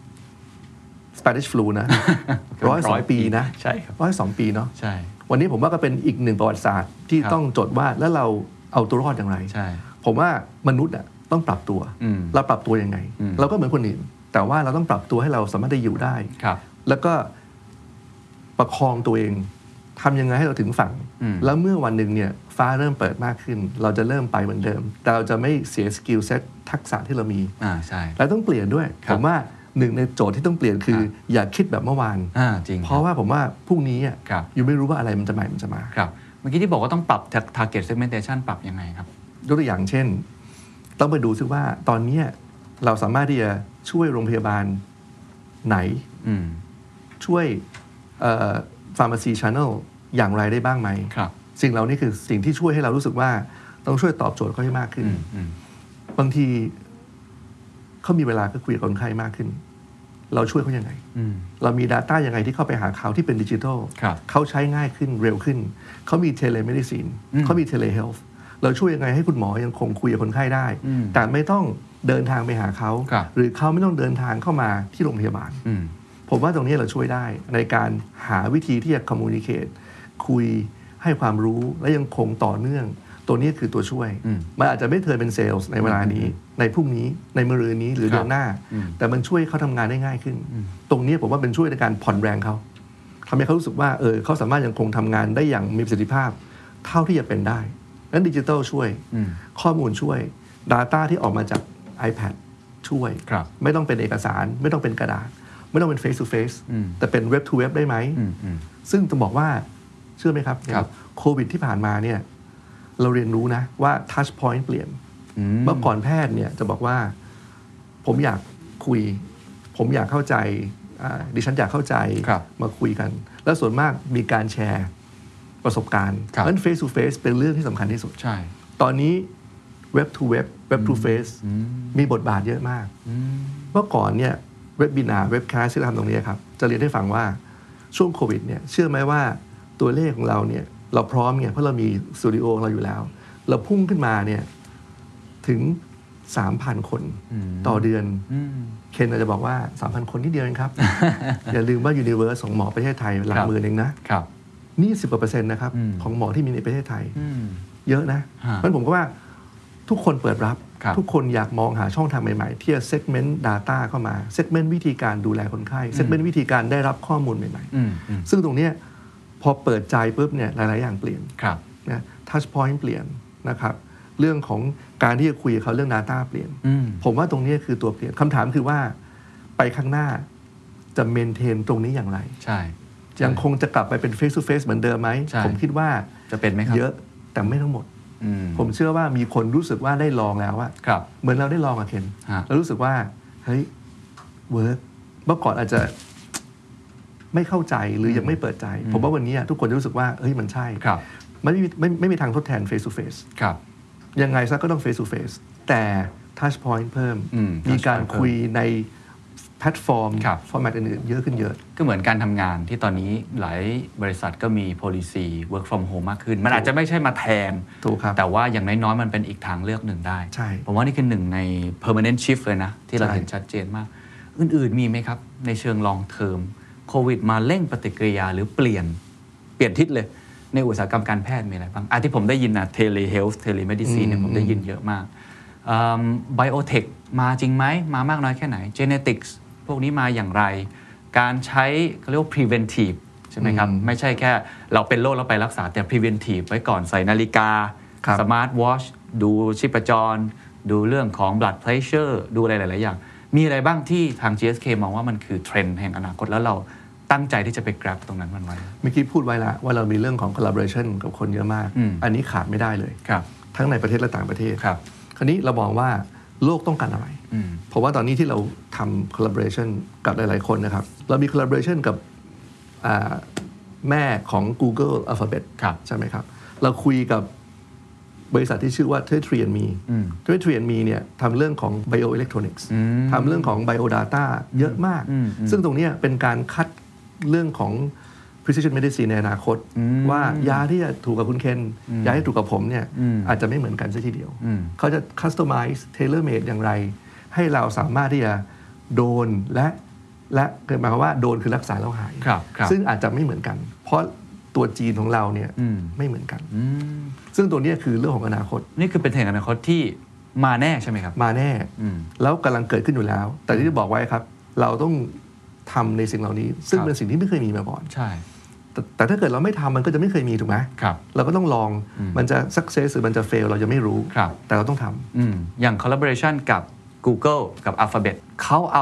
Spanish flu นะร้อยสองปีนะใช่ครับร้อยสองปีเนาะใช่วันนี้ผมว่าก็เป็นอีกหนึ่งประวัติศาสตร์ที่ต้องจดว่าแล้วเราเอาตัวรอดอย่างไรใช่ผมว่ามนุษย์อ่ะต้องปรับตัวเราปรับตัวยังไงเราก็เหมือนคนอื่นแต่ว่าเราต้องปรับตัวให้เราสามารถได้อยู่ได้แล้วก็ปประคองตัวเองทำยังไงให้เราถึงฝั่งแล้วเมื่อวันหนึ่งเนี่ยฟ้าเริ่มเปิดมากขึ้นเราจะเริ่มไปเหมือนเดิมแต่เราจะไม่เสียสกิลเซ็ตทักษะที่เรามีอ่าใช่แล้วต้องเปลี่ยนด้วยผมว่าหนึ่งในโจทย์ที่ต้องเปลี่ยนคืออย่าคิดแบบเมื่อวานอ่าจริงเพราะว่าผมว่าพรุ่งนี้อ่ะอยู่ไม่รู้ว่าอะไรมันจะใหม่มันจะมาครับเมื่อกี้ที่บอกว่าต้องปรับ target segmentation ปรับยังไงครับยกตัวอย่างเช่นต้องไปดูซิว่าตอนนี้เราสามารถที่จะช่วยโรงพยาบาลไหนช่วยเอ่อ pharmacy channel อย่างไรได้บ้างไหมสิ่งเหล่านี้คือสิ่งที่ช่วยให้เรารู้สึกว่าต้องช่วยตอบโจทย์เขาให้มากขึ้นบางทีเขามีเวลาก็คุยกับคนไข้มากขึ้นเราช่วยเขายังไงเรามี data ยังไงที่เข้าไปหาเขาที่เป็นดิจิทัลเขาใช้ง่ายขึ้นเร็วขึ้นเขามี telemedicine เขามี telehealth เราช่วยยังไงให้คุณหมอยังคงคุยกับคนไข้ได้แต่ไม่ต้องเดินทางไปหาเขาหรือเขาไม่ต้องเดินทางเข้ามาที่โรงพยาบาลผมว่าตรงนี้เราช่วยได้ในการหาวิธีที่จะ communicate คุยให้ความรู้และยังคงต่อเนื่องตัวนี้คือตัวช่วยมันอาจจะไม่เทิร์นเป็นเซลส์ในเวลานี้ในพรุ่งนี้ในมะรืนนี้หรือเดือนหน้าแต่มันช่วยเขาทำงานได้ง่ายขึ้นตรงนี้ผมว่าเป็นช่วยในการผ่อนแรงเขาทำให้เขารู้สึกว่าเออเขาสามารถยังคงทำงานได้อย่างมีประสิทธิภาพเท่าที่จะเป็นได้นั้นดิจิทัลช่วยข้อมูลช่วย Data ที่ออกมาจาก iPad ช่วยไม่ต้องเป็นเอกสารไม่ต้องเป็นกระดาษไม่ต้องเป็น face to face แต่เป็น web to web ได้ไหมซึ่งจะบอกว่าเชื่อไหมครับโควิดที่ผ่านมาเนี่ยเราเรียนรู้นะว่า touch point เปลี่ยนเมื่อก่อนแพทย์เนี่ยจะบอกว่าผมอยากคุยผมอยากเข้าใจดิฉันอยากเข้าใจมาคุยกันแล้วส่วนมากมีการแชร์ประสบการณ์นั้น face to face เป็นเรื่องที่สำคัญที่สุดใช่ตอนนี้ web to web web to face มีบทบาทเยอะมากเมื่อก่อนเนี่ยเว็บบินาร์เว็บแคสที่เราทำตรงนี้ครับจะเรียนให้ฟังว่าช่วงโควิดเนี่ยเชื่อไหมว่าตัวเลขของเราเนี่ยเราพร้อมเนี่ยเพราะเรามีสตูดิโอเราอยู่แล้วเราพุ่งขึ้นมาเนี่ยถึง สามพัน คนต่อเดือนเคนอาจจะบอกว่า สามพัน คนที่เดียวเองครับ อย่าลืมว่า Universe ของหมอประเทศไทยหลักหมื่นเองนะครับนี่ สิบกว่าเปอร์เซ็นต์นะครับของหมอที่มีในประเทศไทยเยอะนะเพราะผมก็ว่าทุกคนเปิดรับทุกคนอยากมองหาช่องทางใหม่ๆที่จะ segment data เข้ามา segment วิธีการดูแลคนไข้ segment วิธีการได้รับข้อมูลใหม่ๆซึ่งตรงนี้พอเปิดใจปุ๊บเนี่ยหลายๆอย่างเปลี่ยนนะ touch point เปลี่ยนนะครับเรื่องของการที่จะคุยกับเขาเรื่อง data เปลี่ยนผมว่าตรงนี้คือตัวเปลี่ยนคำถามคือว่าไปข้างหน้าจะ maintain ตรงนี้อย่างไรใช่ยังคงจะกลับไปเป็น face to face เหมือนเดิมไหมผมคิดว่าจะเป็นไหมครับเยอะแต่ไม่ทั้งหมดผมเชื่อว่ามีคนรู้สึกว่าได้ลองแล้วอะเหมือนเราได้ลองอะเคนเรารู้สึกว่าเฮ้ยเวิร์กเมื่อก่อนอาจจะไม่เข้าใจหรือยังไม่เปิดใจผมว่าวันนี้ทุกคนจะรู้สึกว่าเฮ้ยมันใช่ไม่มีไม่ไม่มีทางทดแทน face to face ยังไงซะก็ต้อง face to face แต่ touch point เพิ่มมีการคุยในแพลตฟอร์มฟอร์แมตอื่นๆเยอะขึ้นเยอะก็เหมือนการทำงานที่ตอนนี้หลายบริษัทก็มี policy work from home มากขึ้นมันอาจจะไม่ใช่มาแทนแต่ว่าอย่างน้อยๆมันเป็นอีกทางเลือกหนึ่งได้ผมว่านี่คือหนึ่งใน permanent shift เลยนะที่เราเห็นชัดเจนมากอื่นๆมีไหมครับในเชิง long term โควิดมาเร่งปฏิกิริยาหรือเปลี่ยนเปลี่ยนทิศเลยในอุตสาหกรรมการแพทย์มีอะไรบ้างอ่ะที่ผมได้ยินนะ telehealth telemedicine เนี่ยผมได้ยินเยอะมาก biotech มาจริงไหมมามากน้อยแค่ไหน geneticsพวกนี้มาอย่างไรการใช้เขาเรียกว่า preventive ใช่ไหมครับไม่ใช่แค่เราเป็นโรคแล้วไปรักษาแต่ preventive ไว้ก่อนใส่นาฬิกา smart watch ดูชีพจรดูเรื่องของ blood pressure ดูอะไรหลายๆอย่างมีอะไรบ้างที่ทาง จี เอส เค มองว่ามันคือเทรนด์แห่งอนาคตแล้วเราตั้งใจที่จะไป grab ตรงนั้นมันไว้เมื่อกี้พูดไว้แล้วว่าเรามีเรื่องของ collaboration กับคนเยอะมาก อ, อันนี้ขาดไม่ได้เลยทั้งในประเทศและต่างประเทศคราวนี้เรามองว่าโลกต้องการอะไรเพราะว่าตอนนี้ที่เราทำ collaboration กับหลายๆคนนะครับเรามี collaboration กับแม่ของ Google Alphabet ใช่ไหมครับเราคุยกับบริษัทที่ชื่อว่า ทรี ทรี แอนด์ มี ทรี ทรี แอนด์ มี เนี่ยทำเรื่องของ bioelectronics ทำเรื่องของ biodata เยอะมากซึ่งตรงนี้เป็นการคัดเรื่องของ precision medicine ในอนาคตว่ายาที่จะถูกกับคุณเคนยาที่ถูกกับผมเนี่ยอาจจะไม่เหมือนกันซะทีเดียวเขาจะ customize tailor made อย่างไรให้เราสามารถที่จะโดนและและเกิดหมายความว่าโดนคือรักษาแล้วหายซึ่งอาจจะไม่เหมือนกันเพราะตัวจีนของเราเนี่ยไม่เหมือนกันซึ่งตัวนี้คือเรื่องของอนาคตนี่คือเป็นเทรนด์อนาคตที่มาแน่ใช่ไหมครับมาแน่แล้วกำลังเกิดขึ้นอยู่แล้วแต่ที่บอกไว้ครับเราต้องทำในสิ่งเหล่านี้ซึ่งเป็นสิ่งที่ไม่เคยมีมาก่อนใช่แต่แต่ถ้าเกิดเราไม่ทำมันก็จะไม่เคยมีถูกไหมครับเราก็ต้องลองมันจะ success หรือมันจะ fail เราจะไม่รู้แต่เราต้องทำอย่าง collaboration กับ Google กับ Alphabet เขาเอา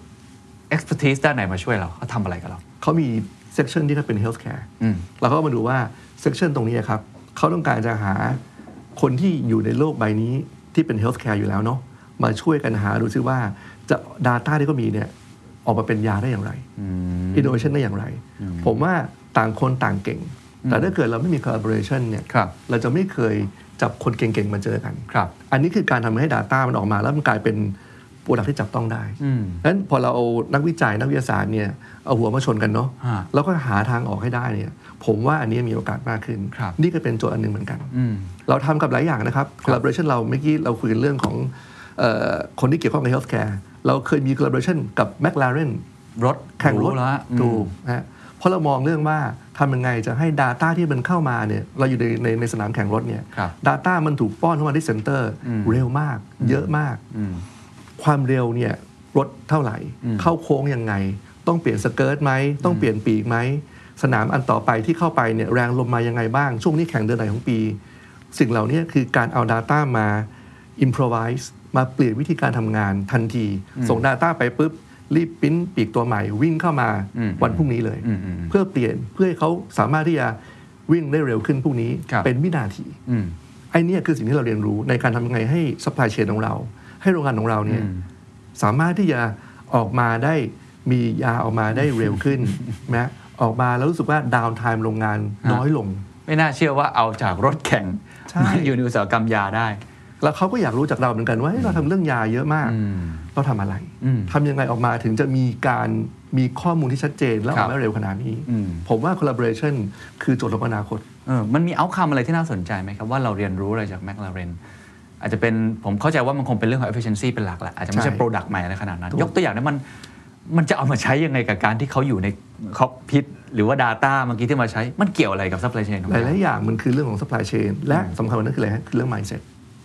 expertise ด้านไหนมาช่วยเราเขาทำอะไรกับเราเขามี section ที่เขาเป็น healthcare แล้วก็มาดูว่า section ตรงนี้ครับเขาต้องการจะหาคนที่อยู่ในโลกใบนี้ที่เป็น healthcare อยู่แล้วเนาะมาช่วยกันหาดูซิว่าจะ data ที่เขามีเนี่ยออกมาเป็นยาได้อย่างไร innovation ได้อย่างไรผมว่าต่างคนต่างเก่งแต่ถ้าเกิดเราไม่มี collaboration เนี่ยเราจะไม่เคยจับคนเก่งๆมาเจอกันอันนี้คือการทำให้ data มันออกมาแล้วมันกลายเป็นโปรดักที่จับต้องได้ดังนั้นพอเราเอานักวิจัยนักวิทยาศาสตร์เนี่ยเอาหัวมาชนกันเนาะแล้วก็หาทางออกให้ได้เนี่ยผมว่าอันนี้มีโอกาสมากขึ้นนี่ก็เป็นโจทย์อันนึงเหมือนกันเราทำกับหลายอย่างนะครับ collaboration เราเมื่อกี้เราคุยกันเรื่องของคนที่เกี่ยวข้องกับ healthcare เราเคยมี collaboration กับ McLaren รถแข่งรถถูกนะเพราะเรามองเรื่องว่าทำยังไงจะให้ Data ที่มันเข้ามาเนี่ยเราอยู่ในในในสนามแข่งรถเนี่ย Data มันถูกป้อนเข้ามาที่เซ็นเตอร์เร็วมากเยอะมากความเร็วเนี่ยรถเท่าไหร่เข้าโค้งยังไงต้องเปลี่ยนสเกิร์ตไหมต้องเปลี่ยนปีกไหมสนามอันต่อไปที่เข้าไปเนี่ยแรงลมมายังไงบ้างช่วงนี้แข่งเดือนไหนของปีสิ่งเหล่านี้คือการเอา Data มา improvise มาเปลี่ยนวิธีการทำงานทันทีส่ง Data ไปปุ๊บรีบปิ้นปีกตัวใหม่วิ่งเข้ามาวันพรุ่งนี้เลยเพื่อเปลี่ยนเพื่อให้เขาสามารถที่จะวิ่งได้เร็วขึ้นพรุ่งนี้เป็นวินาทีไอ้นี่คือสิ่งที่เราเรียนรู้ในการทำยังไงให้ supply chain ของเราให้โรงงานของเราเนี่ยสามารถที่จะออกมาได้มียาออกมาได้เร็วขึ้นนะออกมาแล้วรู้สึกว่าดาวน์ไทม์โรงงานน้อยลงไม่น่าเชื่อว่าเอาจากรถแข่งมาอยู่ในอุตสาหกรรมยาได้แล้วเขาก็อยากรู้จากเราเหมือนกันว่าเราทำเรื่องยาเยอะมากเราทำอะไรทำยังไงออกมาถึงจะมีการมีข้อมูลที่ชัดเจนแล้วออกมาเร็วขนาดนี้ผมว่า collaboration คือโจทย์ของอนาคตมันมี outcome อะไรที่น่าสนใจไหมครับว่าเราเรียนรู้อะไรจาก McLaren อาจจะเป็นผมเข้าใจว่ามันคงเป็นเรื่องของ efficiency เป็นหลักแหละอาจจะไม่ใช่ product ใหม่อะไรขนาดนั้นยกตัวอย่างนั้นมันมันจะเอามาใช้ยังไงกับการที่เขาอยู่ในคอกพิทหรือว่า data เมื่อกี้ที่มาใช้มันเกี่ยวอะไรกับ supply chain หลายๆอย่างมันคือเรื่องของ supply chain และสำคัญกว่านั้นคืออะไรคือเรื่อง mindset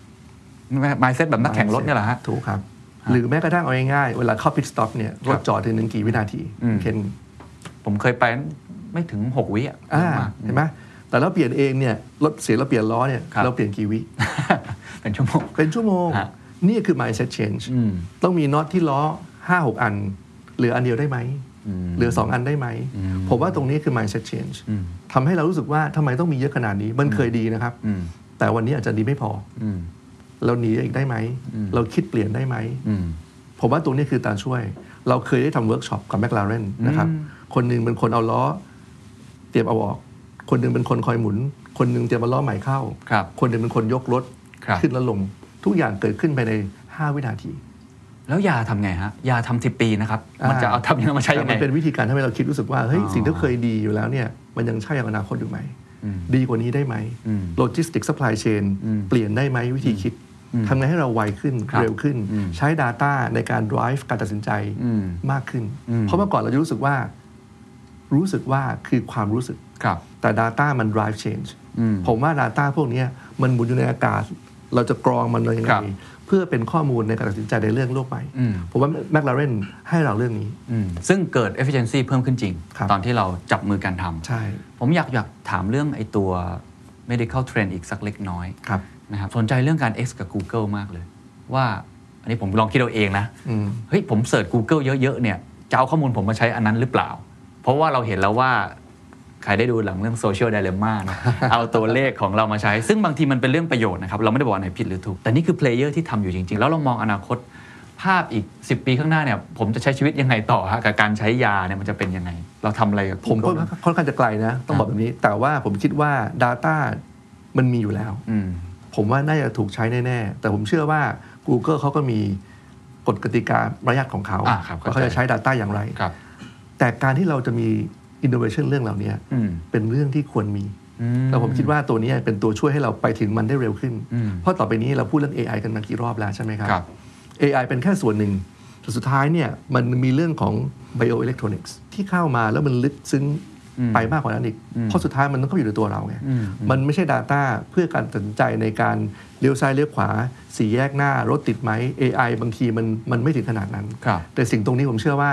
mindset แบบนักแข่งรถเนี่ยแหละฮะถูกครับหรือแม้กระทั่งเอาง่ายๆเวลาเข้า pit stop เนี่ยรถจอดถึงหนึ่งกี่วินาทีเคนผมเคยไปไม่ถึงหกวิอ่ะเห็นไหมแต่เราเปลี่ยนเองเนี่ยรถเสียเราเปลี่ยนล้อเนี่ยเราเปลี่ยนกี่วิเป็นชั่วโมงเป็นชั่วโมงนี่คือ mindset change ต้องมีน็อตที่ล้อ ห้าหก อันเหลืออันเดียวได้ไหมเหลือสองอันได้ไหมผมว่าตรงนี้คือ mindset change ทำให้เรารู้สึกว่าทำไมต้องมีเยอะขนาดนี้มันเคยดีนะครับแต่วันนี้อาจจะดีไม่พอเราหนีอีกได้ไหมเราคิดเปลี่ยนได้ไหมผมว่าตรงนี้คือการช่วยเราเคยได้ทำเวิร์กช็อปกับ McLaren นะครับคนหนึ่งเป็นคนเอาล้อเตรียมเอาออกคนหนึ่งเป็นคนคอยหมุนคนหนึ่งเตรียมเอาล้อใหม่เข้าคนหนึ่งเป็นคนยกรถขึ้นแล้วลงทุกอย่างเกิดขึ้นภายในห้าวินาทีแล้วยาทำไงฮะยาทำสิบปีนะครับมันจะเอาทำยังไงมาใช้ยังไงมันเป็นวิธีการทำให้เราคิดรู้สึกว่าเฮ้ยสิ่งที่เคยดีอยู่แล้วเนี่ยมันยังใช่ในอนาคตอยู่ไหมดีกว่านี้ได้ไหมโลจิสติกส์ซัพพลายเชนเปลี่ยนได้ไหมวิธีคิดทำไงให้เราไวขึ้นเร็วขึ้นใช้ Data ในการ drive การตัดสินใจมากขึ้นเพราะเมื่อก่อนเราจะรู้สึกว่ารู้สึกว่าคือความรู้สึกแต่ Data มัน drive change ผมว่า Data พวกนี้มันหมุนอยู่ในอากาศเราจะกรองมันยังไงเพื่อเป็นข้อมูลในการตัดสินใจในเรื่องโลกใหม่ผมว่า McLaren ให้เราเรื่องนี้ซึ่งเกิด efficiency เพิ่มขึ้นจริงตอนที่เราจับมือกันทำใช่ผมอยากอยากถามเรื่องไอ้ตัว medical trend อีกสักเล็กน้อยนะครับสนใจเรื่องการ X กับ Google มากเลยว่าอันนี้ผมลองคิดเอาเองนะเฮ้ยผมเสิร์ช Google เยอะๆเนี่ยจะเอาข้อมูลผมมาใช้อันนั้นหรือเปล่าเพราะว่าเราเห็นแล้วว่าใครได้ดูหลังเรื่อง social dilemma นะเอาตัวเลขของเรามาใช้ซึ่งบางทีมันเป็นเรื่องประโยชน์นะครับเราไม่ได้บอกไหนผิดหรือถูกแต่นี่คือ player ที่ทำอยู่จริงๆแล้วเรามองอนาคตภาพอีกสิบปีข้างหน้าเนี่ยผมจะใช้ชีวิตยังไงต่อฮะกับการใช้ยาเนี่ยมันจะเป็นยังไงเราทำอะไรกับผมก็ค่อนข้างจะไกลนะต้องบอกแบบนี้แต่ว่าผมคิดว่า data มันมีอยู่แล้วผมว่าน่าจะถูกใช้แน่ๆแต่ผมเชื่อว่า Google เขาก็มีกฎกติการะยะของเขาว่าเขาจะใช้ data อย่างไรแต่การที่เราจะมี innovation เรื่องเหล่านี้เป็นเรื่องที่ควรมีแล้วผมคิดว่าตัวนี้เป็นตัวช่วยให้เราไปถึงมันได้เร็วขึ้นเพราะต่อไปนี้เราพูดเรื่อง เอ ไอ กันมากี่รอบแล้วใช่ไหมครับ เอ ไอ เป็นแค่ส่วนหนึ่งแต่สุดท้ายเนี่ยมันมีเรื่องของ bioelectronics ที่เข้ามาแล้วมันลึกซึ้งไปมากกว่านั้นอีกเพราะสุดท้ายมันต้องเข้าอยู่ในตัวเราไงมันไม่ใช่ data เพื่อการตัดสินใจในการเลี้ยวซ้ายเลี้ยวขวาสี่แยกหน้ารถติดไหม เอ ไอ บางทีมันมันไม่ถึงขนาดนั้นแต่สิ่งตรงนี้ผมเชื่อว่า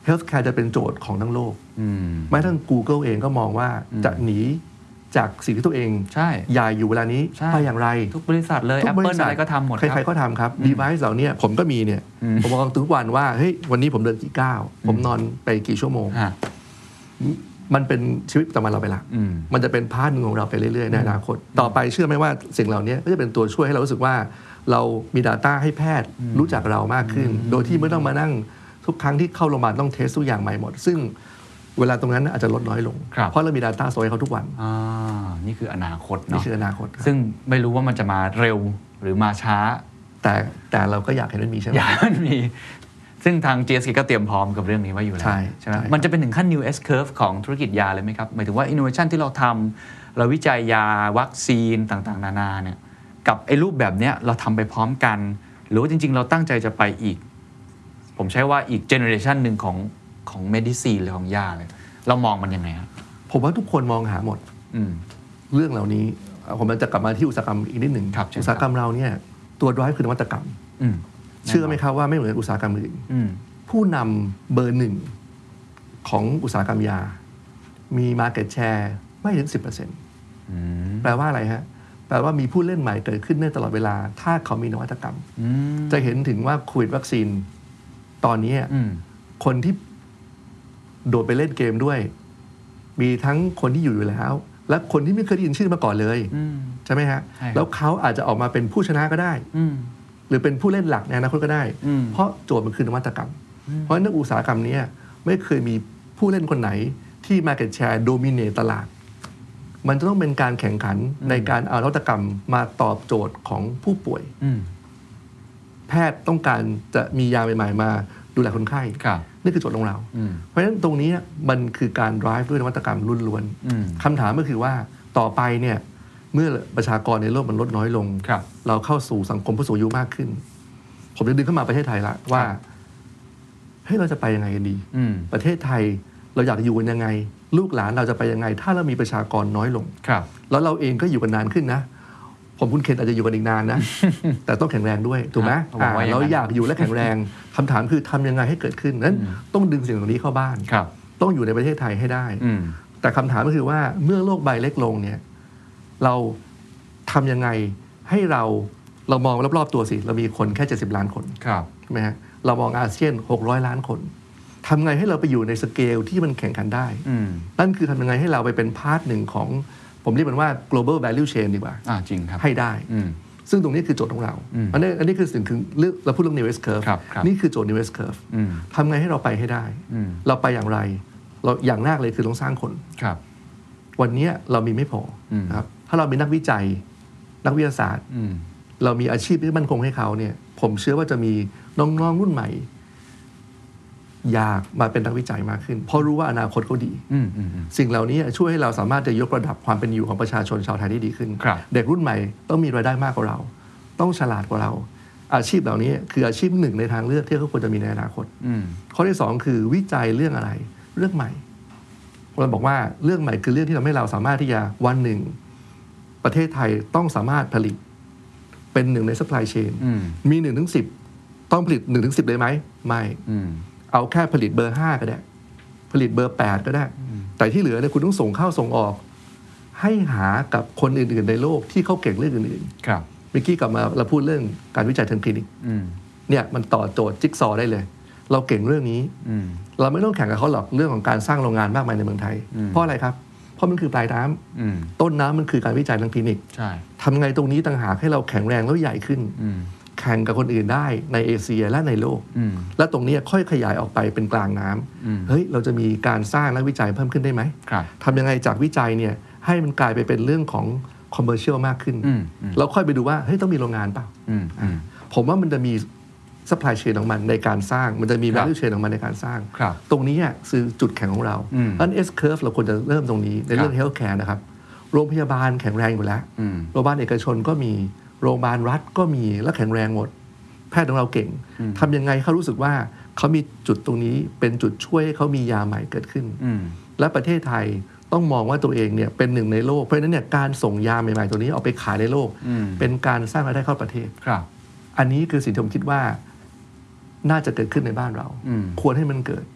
healthcare จะเป็นโจทย์ของทั้งโลกแม้ทั้ง Google เองก็มองว่าจะหนีจากสิ่งที่ตัวเองใหญ่อยู่เวลานี้ไปอย่างไรทุกบริษัทเลย Apple อะไรก็ทำหมดใครๆก็ทำครับ device เหล่านี้ผมก็มีเนี่ยผมมองทุกวันว่าเฮ้ยวันนี้ผมเดินกี่ก้าวผมนอนไปกี่ชั่วโมงมันเป็นชีวิตประจำวันเราไปละมันจะเป็นพาร์ทนึงของเราไปเรื่อยๆในอนาคตต่อไปเชื่อไหมว่าสิ่งเหล่านี้ก็จะเป็นตัวช่วยให้เรารู้สึกว่าเรามี data ให้แพทย์รู้จักเรามากขึ้นโดยที่ไม่ต้องมานั่งทุกครั้งที่เข้าโรงพยาบาลต้องเทสทุกอย่างใหม่หมดซึ่งเวลาตรงนั้นอาจจะลดน้อยลงเพราะเรามี data โซยเขาทุกวันอ่านี่คืออนาคตเนาะนี่คืออนาคตซึ่งไม่รู้ว่ามันจะมาเร็วหรือมาช้าแต่แต่เราก็อยากให้มันมีใช่ไหมอยากให้มันมีซึ่งทาง จี เอส เค ก็เตรียมพร้อมกับเรื่องนี้ไว้อยู่แล้วใช่ไหมมันจะเป็นถึงขั้น new S curve ของธุรกิจยาเลยไหมครับหมายถึงว่า innovation ที่เราทำเราวิจัยยาวัคซีนต่างๆนานาเนี่ยกับไอ้รูปแบบเนี้ยเราทำไปพร้อมกันหรือว่าจริงๆเราตั้งใจจะไปอีกผมใช้ว่าอีก generation หนึ่งของของ medicine หรือของยาเลยเรามองมันยังไงครับผมว่าทุกคนมองหาหมดเรื่องเหล่านี้ผมจะกลับมาที่อุตสาหกรรมอีกนิดหนึ่งอุตสาหกรรมเราเนี่ยตัว drive คือนวัตกรรมเชื่อไหมครับว่าไม่เหมือนอุตสาหกรรมอื่นผู้นำเบอร์หนึ่งของอุตสาหกรรมยามี market share ไม่ถึง สิบเปอร์เซ็นต์ แปลว่าอะไรฮะแปลว่ามีผู้เล่นใหม่เกิดขึ้นได้ตลอดเวลาถ้าเขามีนวัตกรรมจะเห็นถึงว่าโควิดวัคซีนตอนนี้คนที่โดดไปเล่นเกมด้วยมีทั้งคนที่อยู่อยู่แล้วและคนที่ไม่เคยได้ยินชื่อมาก่อนเลยใช่ไหมฮะแล้วเขาอาจจะออกมาเป็นผู้ชนะก็ได้หรือเป็นผู้เล่นหลักในอนาคตก็ได้เพราะโจทย์มันคือนวัตกรรมเพราะฉะนั้นอุตสาหกรรมนี้ไม่เคยมีผู้เล่นคนไหนที่ market share dominate ตลาดมันจะต้องเป็นการแข่งขันในการเอานวัตกรรมมาตอบโจทย์ของผู้ป่วยแพทย์ต้องการจะมียาใหม่ๆมาดูแลคนไข้นี่คือโจทย์ของเราเพราะฉะนั้นตรงนี้มันคือการ drive ด้วยนวัตกรรมล้วนๆคำถามก็คือว่าต่อไปเนี่ยเมื่อประชากรในโลกมันลดน้อยลง ร, เราเข้าสู่สังคมผู้สูงอายุมากขึ้นผมจะดึงเข้ามาประเทศไทยละว่าเฮ้ยเราจะไปยังไงกันดีประเทศไทยเราอยากอยู่กันยังไงลูกหลานเราจะไปยังไงถ้าเรามีประชากรน้อยลงแล้วเราเองก็อยู่กันนานขึ้นนะผมคุณเคนอาจจะอยู่กันอีกนานนะ แต่ต้องแข็งแรงด้วยถูกไหมเราอยากอยู่และแข็งแรงคำถามคือทำยังไงให้เกิดขึ้นนั้นต้องดึงสิ่งเหล่านี้เข้าบ้านต้องอยู่ในประเทศไทยให้ได้แต่คำถามก็คือว่าเมื่อโลกใบเล็กลงเนี่ยเราทำยังไงให้เราเรามองรอบๆตัวสิเรามีคนแค่เจ็ดสิบล้านคนใช่ไหมฮะเรามองอาเซียนหกร้อยล้านคนทำไงให้เราไปอยู่ในสเกลที่มันแข่งขันได้นั่นคือทำยังไงให้เราไปเป็นพาร์ทหนึ่งของผมเรียกมันว่า global value chain ดีกว่าอ่าจริงครับให้ได้ซึ่งตรงนี้คือโจทย์ของเราอันนี้อันนี้คือสิ่งคือเราพูดเรื่อง new S curve นี่คือโจทย์ new S curve ทำไงให้เราไปให้ได้เราไปอย่างไรเราอย่างแรกเลยคือต้องสร้างคนวันนี้เรามีไม่พอครับถ้าเรามีนักวิจัยนักวิทยาศาสตร์เรามีอาชีพที่มั่นคงให้เขาเนี่ยผมเชื่อว่าจะมีน้องๆรุ่นใหม่อยากมาเป็นนักวิจัยมากขึ้นเพราะรู้ว่าอนาคตเขาดีสิ่งเหล่านี้ช่วยให้เราสามารถจะยกระดับความเป็นอยู่ของประชาชนชาวไทยได้ดีขึ้นเด็กรุ่นใหม่ต้องมีรายได้มากกว่าเราต้องฉลาดกว่าเราอาชีพเหล่านี้คืออาชีพหนึ่งในทางเลือกที่เขาควรจะมีในอนาคตข้อที่สองคือวิจัยเรื่องอะไรเรื่องใหม่เราบอกว่าเรื่องใหม่คือเรื่องที่ทำให้เราสามารถที่จะวันหนึ่งประเทศไทยต้องสามารถผลิตเป็นหนึ่งใน supply chain มีหนึ่งถึงสิบต้องผลิตหนึ่งถึงสิบเลยไหมไม่เอาแค่ผลิตเบอร์ห้าก็ได้ผลิตเบอร์แปดก็ได้แต่ที่เหลือเนี่ยคุณต้องส่งเข้าส่งออกให้หากับคนอื่นๆในโลกที่เขาเก่งเรื่องอื่นๆครับเมื่อกี้กลับมาเราพูดเรื่องการวิจัยทางคลินิกเนี่ยมันต่อโจทย์จิ๊กซอว์ได้เลยเราเก่งเรื่องนี้เราไม่ต้องแข่งกับเขาหรอกเรื่องของการสร้างโรงงานมากมายในเมืองไทยเพราะอะไรครับเพราะมันคือปลายน้ำต้นน้ำมันคือการวิจัยทางคลินิกทำไงตรงนี้ต่างหากให้เราแข็งแรงแล้วใหญ่ขึ้นแข่งกับคนอื่นได้ในเอเชียและในโลกและตรงนี้ค่อยขยายออกไปเป็นกลางน้ำเฮ้ยเราจะมีการสร้างและวิจัยเพิ่มขึ้นได้ไหมทำยังไงจากวิจัยเนี่ยให้มันกลายไปเป็นเรื่องของคอมเมอร์เชียลมากขึ้นแล้วค่อยไปดูว่าเฮ้ยต้องมีโรงงานเปล่าผมว่ามันจะมีซัพพลายเชนของมันในการสร้างมันจะมี value chain ของมันในการสร้างตรงนี้คือจุดแข็งของเราเพราะฉะนั้น S curve เราควรจะเริ่มตรงนี้ในเรื่อง healthcare นะครับโรงพยาบาลแข็งแรงอยู่แล้วโรงพยาบาลเอกชนก็มีโรงพยาบาลรัฐก็มีและแข็งแรงหมดแพทย์ของเราเก่งทำยังไงเขารู้สึกว่าเขามีจุดตรงนี้เป็นจุดช่วยให้เขามียาใหม่เกิดขึ้นและประเทศไทยต้องมองว่าตัวเองเนี่ยเป็นหนึ่งในโลกเพราะฉะนั้นเนี่ยการส่งยาใหม่ๆตัวนี้เอาไปขายในโลกเป็นการสร้างรายได้เข้าประเทศอันนี้คือสิ่งที่ผมคิดว่าน่าจะเกิดขึ้นในบ้านเราควรให้มันเกิด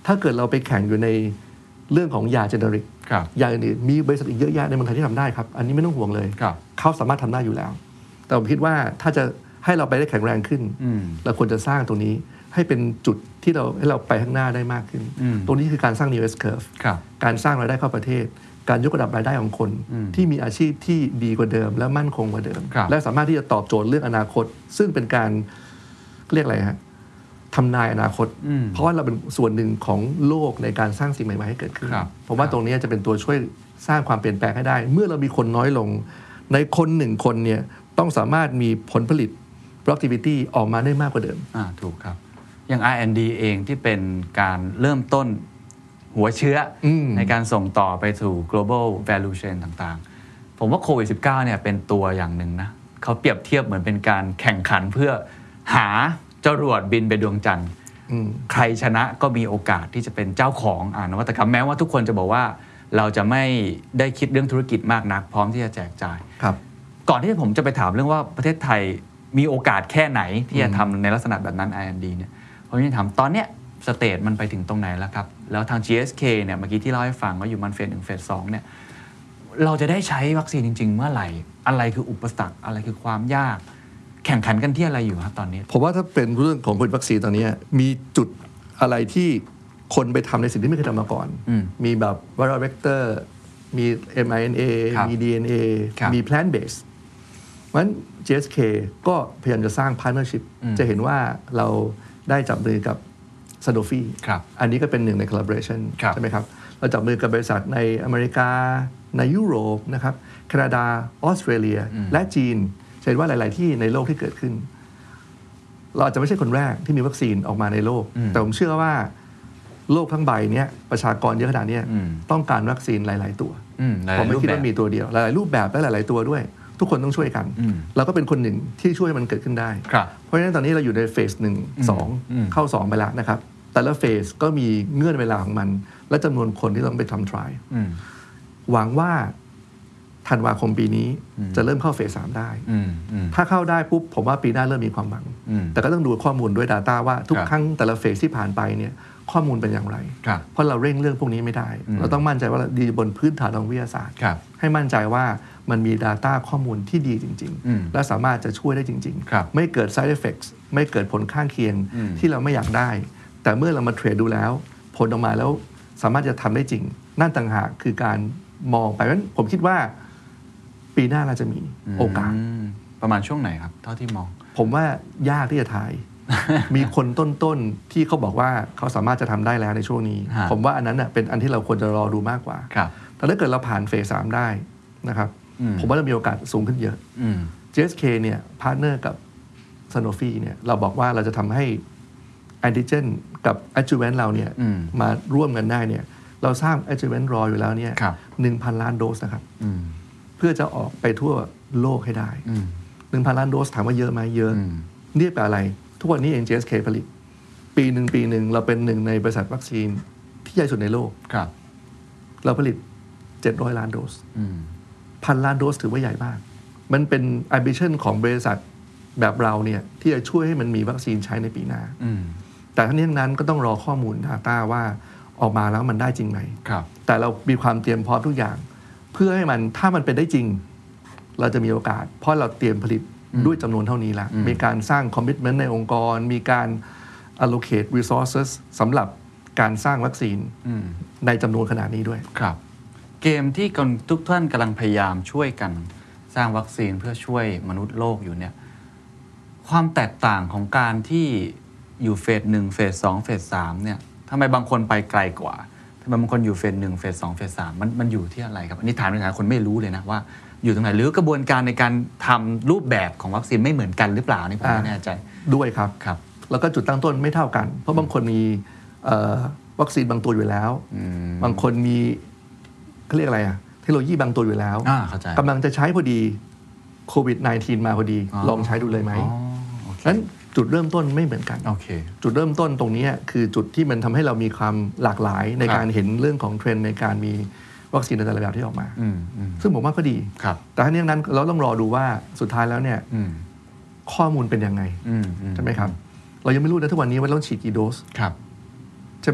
ถ้าเกิดเราไปแข่งอยู่ในเรื่องของยาเจเนริกยาอื่นๆมีบริษัทอีกเยอะแยะในเมืองไทยที่ทำได้ครับอันนี้ไม่ต้องห่วงเลยเขาสามารถทำได้อยู่แล้วแต่ผมคิดว่าถ้าจะให้เราไปได้แข็งแรงขึ้นเราควรจะสร้างตรงนี้ให้เป็นจุดที่เราให้เราไปข้างหน้าได้มากขึ้นตรงนี้คือการสร้าง New S Curve การสร้างรายได้เข้าประเทศการยกระดับรายได้ของคนที่มีอาชีพที่ดีกว่าเดิมและมั่นคงกว่าเดิมและสามารถที่จะตอบโจทย์เรื่องอนาคตซึ่งเป็นการเรียกอะไรฮะทำนายอนาคตเพราะว่าเราเป็นส่วนหนึ่งของโลกในการสร้างสิ่งใหม่ๆให้เกิดขึ้นผมว่าตรงนี้จะเป็นตัวช่วยสร้างความเปลี่ยนแปลงให้ได้เมื่อเรามีคนน้อยลงในคนหนึ่งคนเนี่ยต้องสามารถมีผลผลิต productivity ออกมาได้มากกว่าเดิมอ่าถูกครับอย่าง อาร์ แอนด์ ดี เองที่เป็นการเริ่มต้นหัวเชื้อในการส่งต่อไปสู่ global value chain ต่างๆผมว่าโควิด สิบเก้า เนี่ยเป็นตัวอย่างหนึ่งนะเขาเปรียบเทียบเหมือนเป็นการแข่งขันเพื่อหาจรวดบินไปดวงจันทร์ใครชนะก็มีโอกาสที่จะเป็นเจ้าของอ่านวัตกรรมแม้ว่าทุกคนจะบอกว่าเราจะไม่ได้คิดเรื่องธุรกิจมากนักพร้อมที่จะแจกจ่ายก่อนที่ผมจะไปถามเรื่องว่าประเทศไทยมีโอกาสแค่ไหนที่จะทำในลักษณะแบบนั้น อาร์ แอนด์ ดี เนี่ยผมยังถามตอนเนี้ยสเตจมันไปถึงตรงไหนแล้วครับแล้วทาง จี เอส เค เนี่ยเมื่อกี้ที่เล่าให้ฟังว่าอยู่มันเฟสหนึ่งเฟสสองเนี่ยเราจะได้ใช้วัคซีนจริงๆเมื่อไหร่อะไรคืออุปสรรคอะไรคือความยากแข่งขันกันที่อะไรอยู่ครับตอนนี้ผมว่าถ้าเป็นเรื่องของวัคซีนตอนนี้มีจุดอะไรที่คนไปทำในสิ่งที่ไม่เคยทำมาก่อนมีแบบไวรัลเวกเตอร์มี เอ็ม ไอ เอ็น เอ มี ดี เอ็น เอ มี plant based เพราะฉะนั้น จี เอส เค ก็พยายามจะสร้าง partnership จะเห็นว่าเราได้จับมือกับ Sanofi อันนี้ก็เป็นหนึ่งใน collaboration ใช่ไหมครับเราจับมือกับบริษัทในอเมริกาในยุโรปนะครับแคนาดาออสเตรเลียและจีนเห็นว่าหลายๆที่ในโลกที่เกิดขึ้นเราอาจจะไม่ใช่คนแรกที่มีวัคซีนออกมาในโลกแต่ผมเชื่อว่าโลกทั้งใบเนี้ยประชากรเยอะขนาดนี้ต้องการวัคซีนหลายๆตัวผมไม่คิดว่ามีตัวเดียวหลายๆรูปแบบและหลายๆตัวด้วยทุกคนต้องช่วยกันเราก็เป็นคนหนึ่งที่ช่วยมันเกิดขึ้นได้เพราะฉะนั้นตอนนี้เราอยู่ในเฟสหนึ่งสองเข้าสองไปแล้วนะครับแต่ละเฟสก็มีเงื่อนเวลาของมันและจำนวนคนที่ต้องไปทำทรายหวังว่าธันวาคมปีนี้จะเริ่มเข้าเฟสสามได้ถ้าเข้าได้ปุ๊บผมว่าปีหน้าเริ่มมีความหวังแต่ก็ต้องดูข้อมูลด้วย Data ว่าทุกครั้งแต่ละเฟสที่ผ่านไปเนี่ยข้อมูลเป็นอย่างไรเพราะเราเร่งเรื่องพวกนี้ไม่ได้เราต้องมั่นใจว่าดีบนพื้นฐานทางวิทยาศาสตร์ให้มั่นใจว่ามันมี Data ข้อมูลที่ดีจริงๆและสามารถจะช่วยได้จริงๆไม่เกิด side effects ไม่เกิดผลข้างเคียงที่เราไม่อยากได้แต่เมื่อเรามาเทรดดูแล้วผลออกมาแล้วสามารถจะทำได้จริงนั่นต่างหากคือการมองไปเพราะฉะนั้นผมคิดว่าปีหน้าเราจะมีโอกาสประมาณช่วงไหนครับเท่าที่มองผมว่ายากที่จะทาย มีคนต้นๆที่เขาบอกว่าเขาสามารถจะทำได้แล้วในช่วงนี้ ผมว่าอันนั้นเป็นอันที่เราควรจะรอดูมากกว่าแต่ถ้าเกิดเราผ่านเฟสสามได้นะครับผมว่าเรามีโอกาสสูงขึ้นเยอะ จี เอส เค เนี่ยพาร์ทเนอร์กับ Sanofi เนี่ยเราบอกว่าเราจะทำให้แอนติเจนกับ adjuvant เราเนี่ยมาร่วมกันได้เนี่ยเราสร้าง adjuvant รออยู่แล้วเนี่ย หนึ่งพัน ล้านโดสนะครับเพื่อจะออกไปทั่วโลกให้ได้ หนึ่งพัน ล้านโดสถามว่าเยอะไหมเยอะเรียกแบบอะไรทุกวันนี้เอง จี เอส เค ผลิตปีหนึ่งปีหนึ่งเราเป็นหนึ่งในบริษัทวัคซีนที่ใหญ่สุดในโลกเราผลิตเจ็ดร้อยล้านโดสพันล้านโดสถือว่าใหญ่มากมันเป็น ambition ของบริษัทแบบเราเนี่ยที่จะช่วยให้มันมีวัคซีนใช้ในปีหน้าแต่ทั้งนี้ทั้งนั้นก็ต้องรอข้อมูล Data ว่าออกมาแล้วมันได้จริงไหมแต่เรามีความเตรียมพร้อมทุกอย่างเพื่อให้มันถ้ามันเป็นได้จริงเราจะมีโอกาสเพราะเราเตรียมผลิตด้วยจำนวนเท่านี้แล้วมีการสร้าง commitment ในองค์กรมีการ allocate resources สำหรับการสร้างวัคซีนในจำนวนขนาดนี้ด้วยครับเกมที่ทุกท่านกำลังพยายามช่วยกันสร้างวัคซีนเพื่อช่วยมนุษย์โลกอยู่เนี่ยความแตกต่างของการที่อยู่เฟสหนึ่งเฟสสองเฟสสามเนี่ยทำไมบางคนไปไกลกว่าทำไมบางคนอยู่เฟสหนึ่งเฟสสองเฟสสามมันมันอยู่ที่อะไรครับอันนี้ถามในฐานะคนไม่รู้เลยนะว่าอยู่ตรงไหนหรือกระบวนการในการทำรูปแบบของวัคซีนไม่เหมือนกันหรือเปล่านี่ผมไม่แน่ใจด้วยครับครับแล้วก็จุดตั้งต้นไม่เท่ากันเพราะบางคนมีวัคซีนบางตัวอยู่แล้วบางคนมีเขาเรียกอะไรอะเทคโนโลยีบางตัวอยู่แล้วกำลังจะใช้พอดีโควิด สิบเก้า มาพอดีลองใช้ดูเลยไหมนั้นจุดเริ่มต้นไม่เหมือนกันจุดเริ่มต้นตรงนี้คือจุดที่มันทำให้เรามีความหลากหลายในการเห็นเรื่องของเทรนด์ในการมีวัคซีนในแต่ละแบบที่ออกมาซึ่งผมว่าก็ดีแต่ทั้งนี้นั้นเราต้องรอดูว่าสุดท้ายแล้วเนี่ยข้อมูลเป็นยังไงใช่ไหมครับเรายังไม่รู้นะทุกวันนี้ว่าต้องฉีดกี่โดสใช่ไหม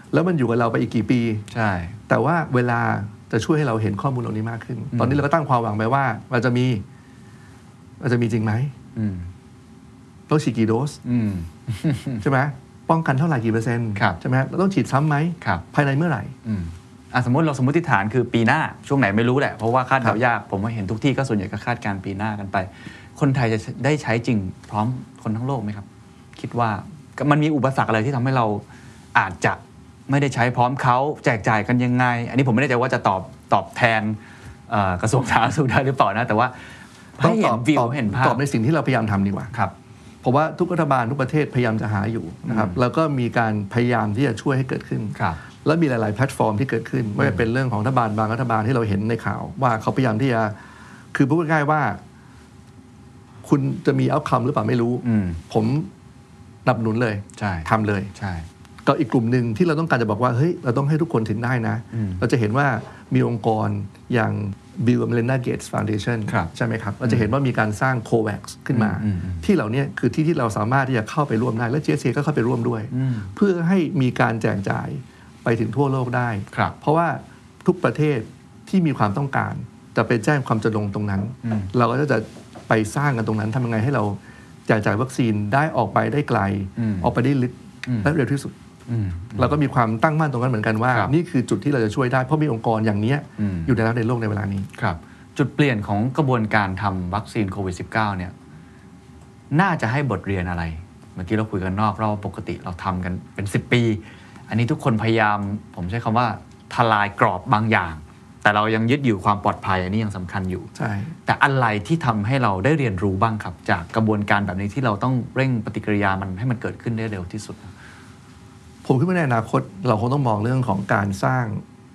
แล้วมันอยู่กับเราไปอีกกี่ปีใช่แต่ว่าเวลาจะช่วยให้เราเห็นข้อมูลเหล่านี้มากขึ้นตอนนี้เราก็ตั้งความหวังไปว่ามันจะมีมันจะมีจริงไหมต้องฉีดกี่โดสใช่ไหมป้องกันเท่าไหร่กี่เปอร์เซ็นต์ใช่ไหมเราต้องฉีดซ้ำไหมภายในเมื่อไหร่สมมติเราสมมติฐานคือปีหน้าช่วงไหนไม่รู้แหละเพราะว่าคาดเดายากผมว่าเห็นทุกที่ก็ส่วนใหญ่ก็คาดการปีหน้ากันไปคนไทยจะได้ใช้จริงพร้อมคนทั้งโลกไหมครับคิดว่ามันมีอุปสรรคอะไรที่ทำให้เราอาจจะไม่ได้ใช้พร้อมเขาแจกจ่ายกันยังไงอันนี้ผมไม่แน่ใจว่าจะตอบตอบแทนกระทรวงสาธารณสุขได้หรือเปล่านะแต่ว่าให้เห็นวิวเห็นภาพตอบในสิ่งที่เราพยายามทำดีกว่าครับเพราะว่าทุกรัฐบาลทุกประเทศพยายามจะหาอยู่นะครับแล้วก็มีการพยายามที่จะช่วยให้เกิดขึ้นแล้วมีหลายๆแพลตฟอร์มที่เกิดขึ้นไม่ว่าเป็นเรื่องของรัฐบาลบางรัฐบาลที่เราเห็นในข่าวว่าเขาพยายามที่จะคือพูดง่ายๆว่าคุณจะมีเอาท์คัมหรือเปล่าไม่รู้ผมสนับสนุนเลยทำเลยก็อีกกลุ่มหนึ่งที่เราต้องการจะบอกว่าเฮ้ยเราต้องให้ทุกคนถึงได้นะเราจะเห็นว่ามีองค์กรอย่าง Bill and Melinda Gates Foundation ใช่ไหมครับเราจะเห็นว่ามีการสร้าง โคแว็กซ์ ขึ้นมาที่เหล่านี้คือที่ที่เราสามารถที่จะเข้าไปร่วมได้และ เจ เอส ซี ก็เข้าไปร่วมด้วยเพื่อให้มีการแจกจ่ายไปถึงทั่วโลกได้เพราะว่าทุกประเทศที่มีความต้องการจะไปแจ้งความจำนงตรงนั้นเราก็จะไปสร้างกันตรงนั้นทำยังไงให้เราแจกจ่ายวัคซีนได้ออกไปได้ไกลออกไปได้ลึกและเร็วที่สุดเราก็มีความตั้งมั่นตรงนั้นเหมือนกันว่านี่คือจุดที่เราจะช่วยได้เพราะมีองค์กรอย่างนี้อยู่ในแล้วในโลกในเวลานี้ครับจุดเปลี่ยนของกระบวนการทำวัคซีนโควิด สิบเก้า เนี่ยน่าจะให้บทเรียนอะไรเมื่อกี้เราคุยกันนอกเราปกติเราทำกันเป็นสิบปีอันนี้ทุกคนพยายามผมใช้คำว่าทลายกรอบบางอย่างแต่เรายังยึดอยู่ความปลอดภัยอันนี้ยังสำคัญอยู่ใช่แต่อะไรที่ทำให้เราได้เรียนรู้บ้างครับจากกระบวนการแบบนี้ที่เราต้องเร่งปฏิกิริยามันให้มันเกิดขึ้นได้เร็วที่สุดผมคิดว่าในอนาคตเราคงต้องมองเรื่องของการสร้าง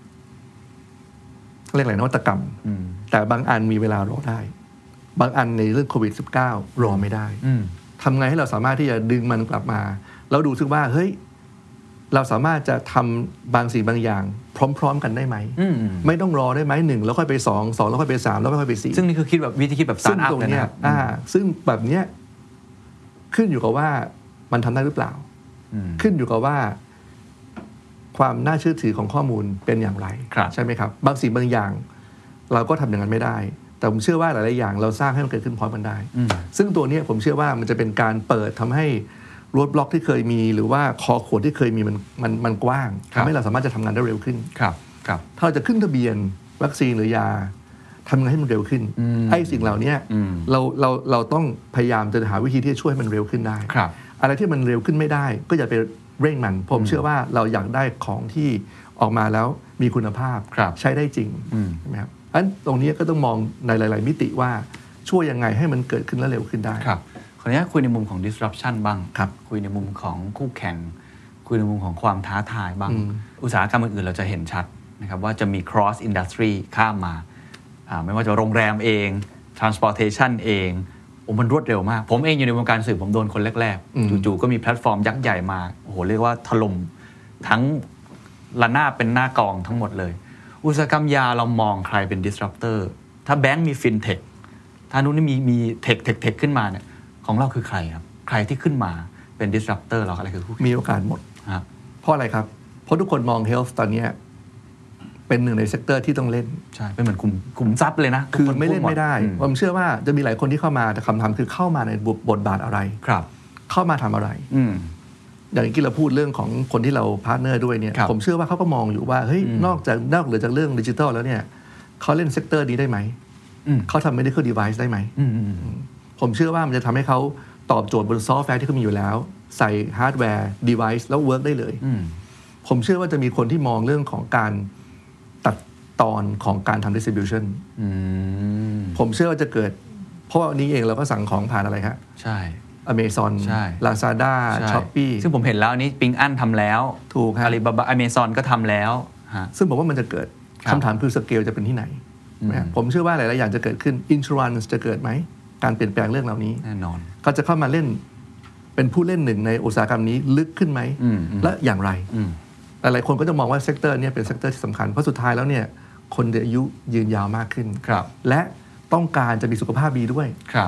เรียกอะไรนวัตกรรมแต่บางอันมีเวลารอได้บางอันในเรื่องโควิด สิบเก้า รอไม่ได้ทำไงให้เราสามารถที่จะดึงมันกลับมาแล้วดูซึ่งว่าเฮ้ยเราสามารถจะทำบางสิ่งบางอย่างพร้อมๆกันได้ไหมไม่ต้องรอได้ไหมหนึ่งแล้วค่อยไปสองสองแล้วค่อยไปสามแล้วค่อยไปสี่ซึ่งนี่คือคิดแบบวิธีคิดแบบสตาร์ทอัพเลยนะครับซึ่งแบบเนี้ยขึ้นอยู่กับว่ามันทำได้หรือเปล่าขึ้นอยู่กับว่าความน่าเชื่อถือของข้อมูลเป็นอย่างไรใช่ไหมครับบางสิ่งบางอย่างเราก็ทำอย่างนั้นไม่ได้แต่ผมเชื่อว่าหลายๆอย่างเราสร้างให้มันเกิดขึ้นพร้อมกันได้ซึ่งตัวนี้ผมเชื่อว่ามันจะเป็นการเปิดทำให้โรดบล็อกที่เคยมีหรือว่าคอขวดที่เคยมีมันมันมันกว้างทำให้เราสามารถจะทำงานได้เร็วขึ้นครับครับถ้าเราจะขึ้นทะเบียนวัคซีนหรือยาทำยังไงให้มันเร็วขึ้นไอ้สิ่งเหล่านี้เราเราเราต้องพยายามจะหาวิธีที่จะช่วยให้มันเร็วขึ้นได้อะไรที่มันเร็วขึ้นไม่ได้ก็อย่าไปเร่งมันผมเชื่อว่าเราอยากได้ของที่ออกมาแล้วมีคุณภาพใช้ได้จริงใช่ไหมครับอันตรงนี้ก็ต้องมองในหลายๆมิติว่าช่วยยังไงให้มันเกิดขึ้นและเร็วขึ้นได้ครับขออนุญาตคุยในมุมของ disruption บ้างคุยในมุมของคู่แข่งคุยในมุมของความท้าทายบ้างอุตสาหกรรมอื่นๆเราจะเห็นชัดนะครับว่าจะมี cross industry ข้ามมาไม่ว่าจะโรงแรมเอง transportation เองโอ้มันรวดเร็วมากผมเองอยู่ในวงการสื่อผมโดนคนแรกๆจู่ๆก็มีแพลตฟอร์มยักษ์ใหญ่มาโอ้โหเรียกว่าถล่มทั้งระนาบเป็นหน้ากองทั้งหมดเลยอุตสาหกรรมยาเรามองใครเป็น disruptor ถ้าแบงก์มี fintech ถ้านู้นนี่มีมี tech tech tech ขึ้นมาเนี่ยของเราคือใครครับใครที่ขึ้นมาเป็น disruptor เราอะไรคือคู่มีโอกาสหมดเพราะอะไรครับเพราะทุกคนมอง health ตอนนี้เป็นหนึ่งในเซกเตอร์ที่ต้องเล่นใช่เป็นเหมือนกลุ่มกลุ่มซับเลยนะคือไม่เล่นไม่ได้ผมเชื่อว่าจะมีหลายคนที่เข้ามาแต่คำถามคือเข้ามาในบทบาทอะไรครับเข้ามาทำอะไรอย่างที่เราพูดเรื่องของคนที่เราพาร์ทเนอร์ด้วยเนี่ยผมเชื่อว่าเขาก็มองอยู่ว่าเฮ้ยนอกจากนอกเหนือจากเรื่องดิจิทัลแล้วเนี่ยเขาเล่นเซกเตอร์นี้ได้ไหมเขาทำ medical device ได้ไหมผมเชื่อว่ามันจะทำให้เขาตอบโจทย์บนซอฟต์แวร์ที่เขามีอยู่แล้วใส่ฮาร์ดแวร์ device แล้วเวิร์กได้เลยผมเชื่อว่าจะมีคนที่มองเรื่องของการตัดตอนของการทำ distribution ผมเชื่อว่าจะเกิดเพราะนี้เองเราก็สั่งของผ่านอะไรครับใช่ Amazon Lazada Shopee ซึ่งผมเห็นแล้วอันนี้ปิงอันทำแล้วถูกครับ Alibaba Amazon ก็ทำแล้วซึ่งผมว่ามันจะเกิดคำถามคือสเกลจะเป็นที่ไหนผมเชื่อว่าหลายๆอย่างจะเกิดขึ้น Insurance จะเกิดไหมการเปลี่ยนแปลงเรื่องเหล่านี้แน่นอนก็จะเข้ามาเล่นเป็นผู้เล่นหนึ่งในอุตสาหกรรมนี้ลึกขึ้นไหมและอย่างไรหลายๆคนก็จะมองว่าเซกเตอร์นี้เป็นเซกเตอร์ที่สำคัญเพราะสุดท้ายแล้วเนี่ยคนอายุยืนยาวมากขึ้นและต้องการจะมีสุขภาพดีด้วย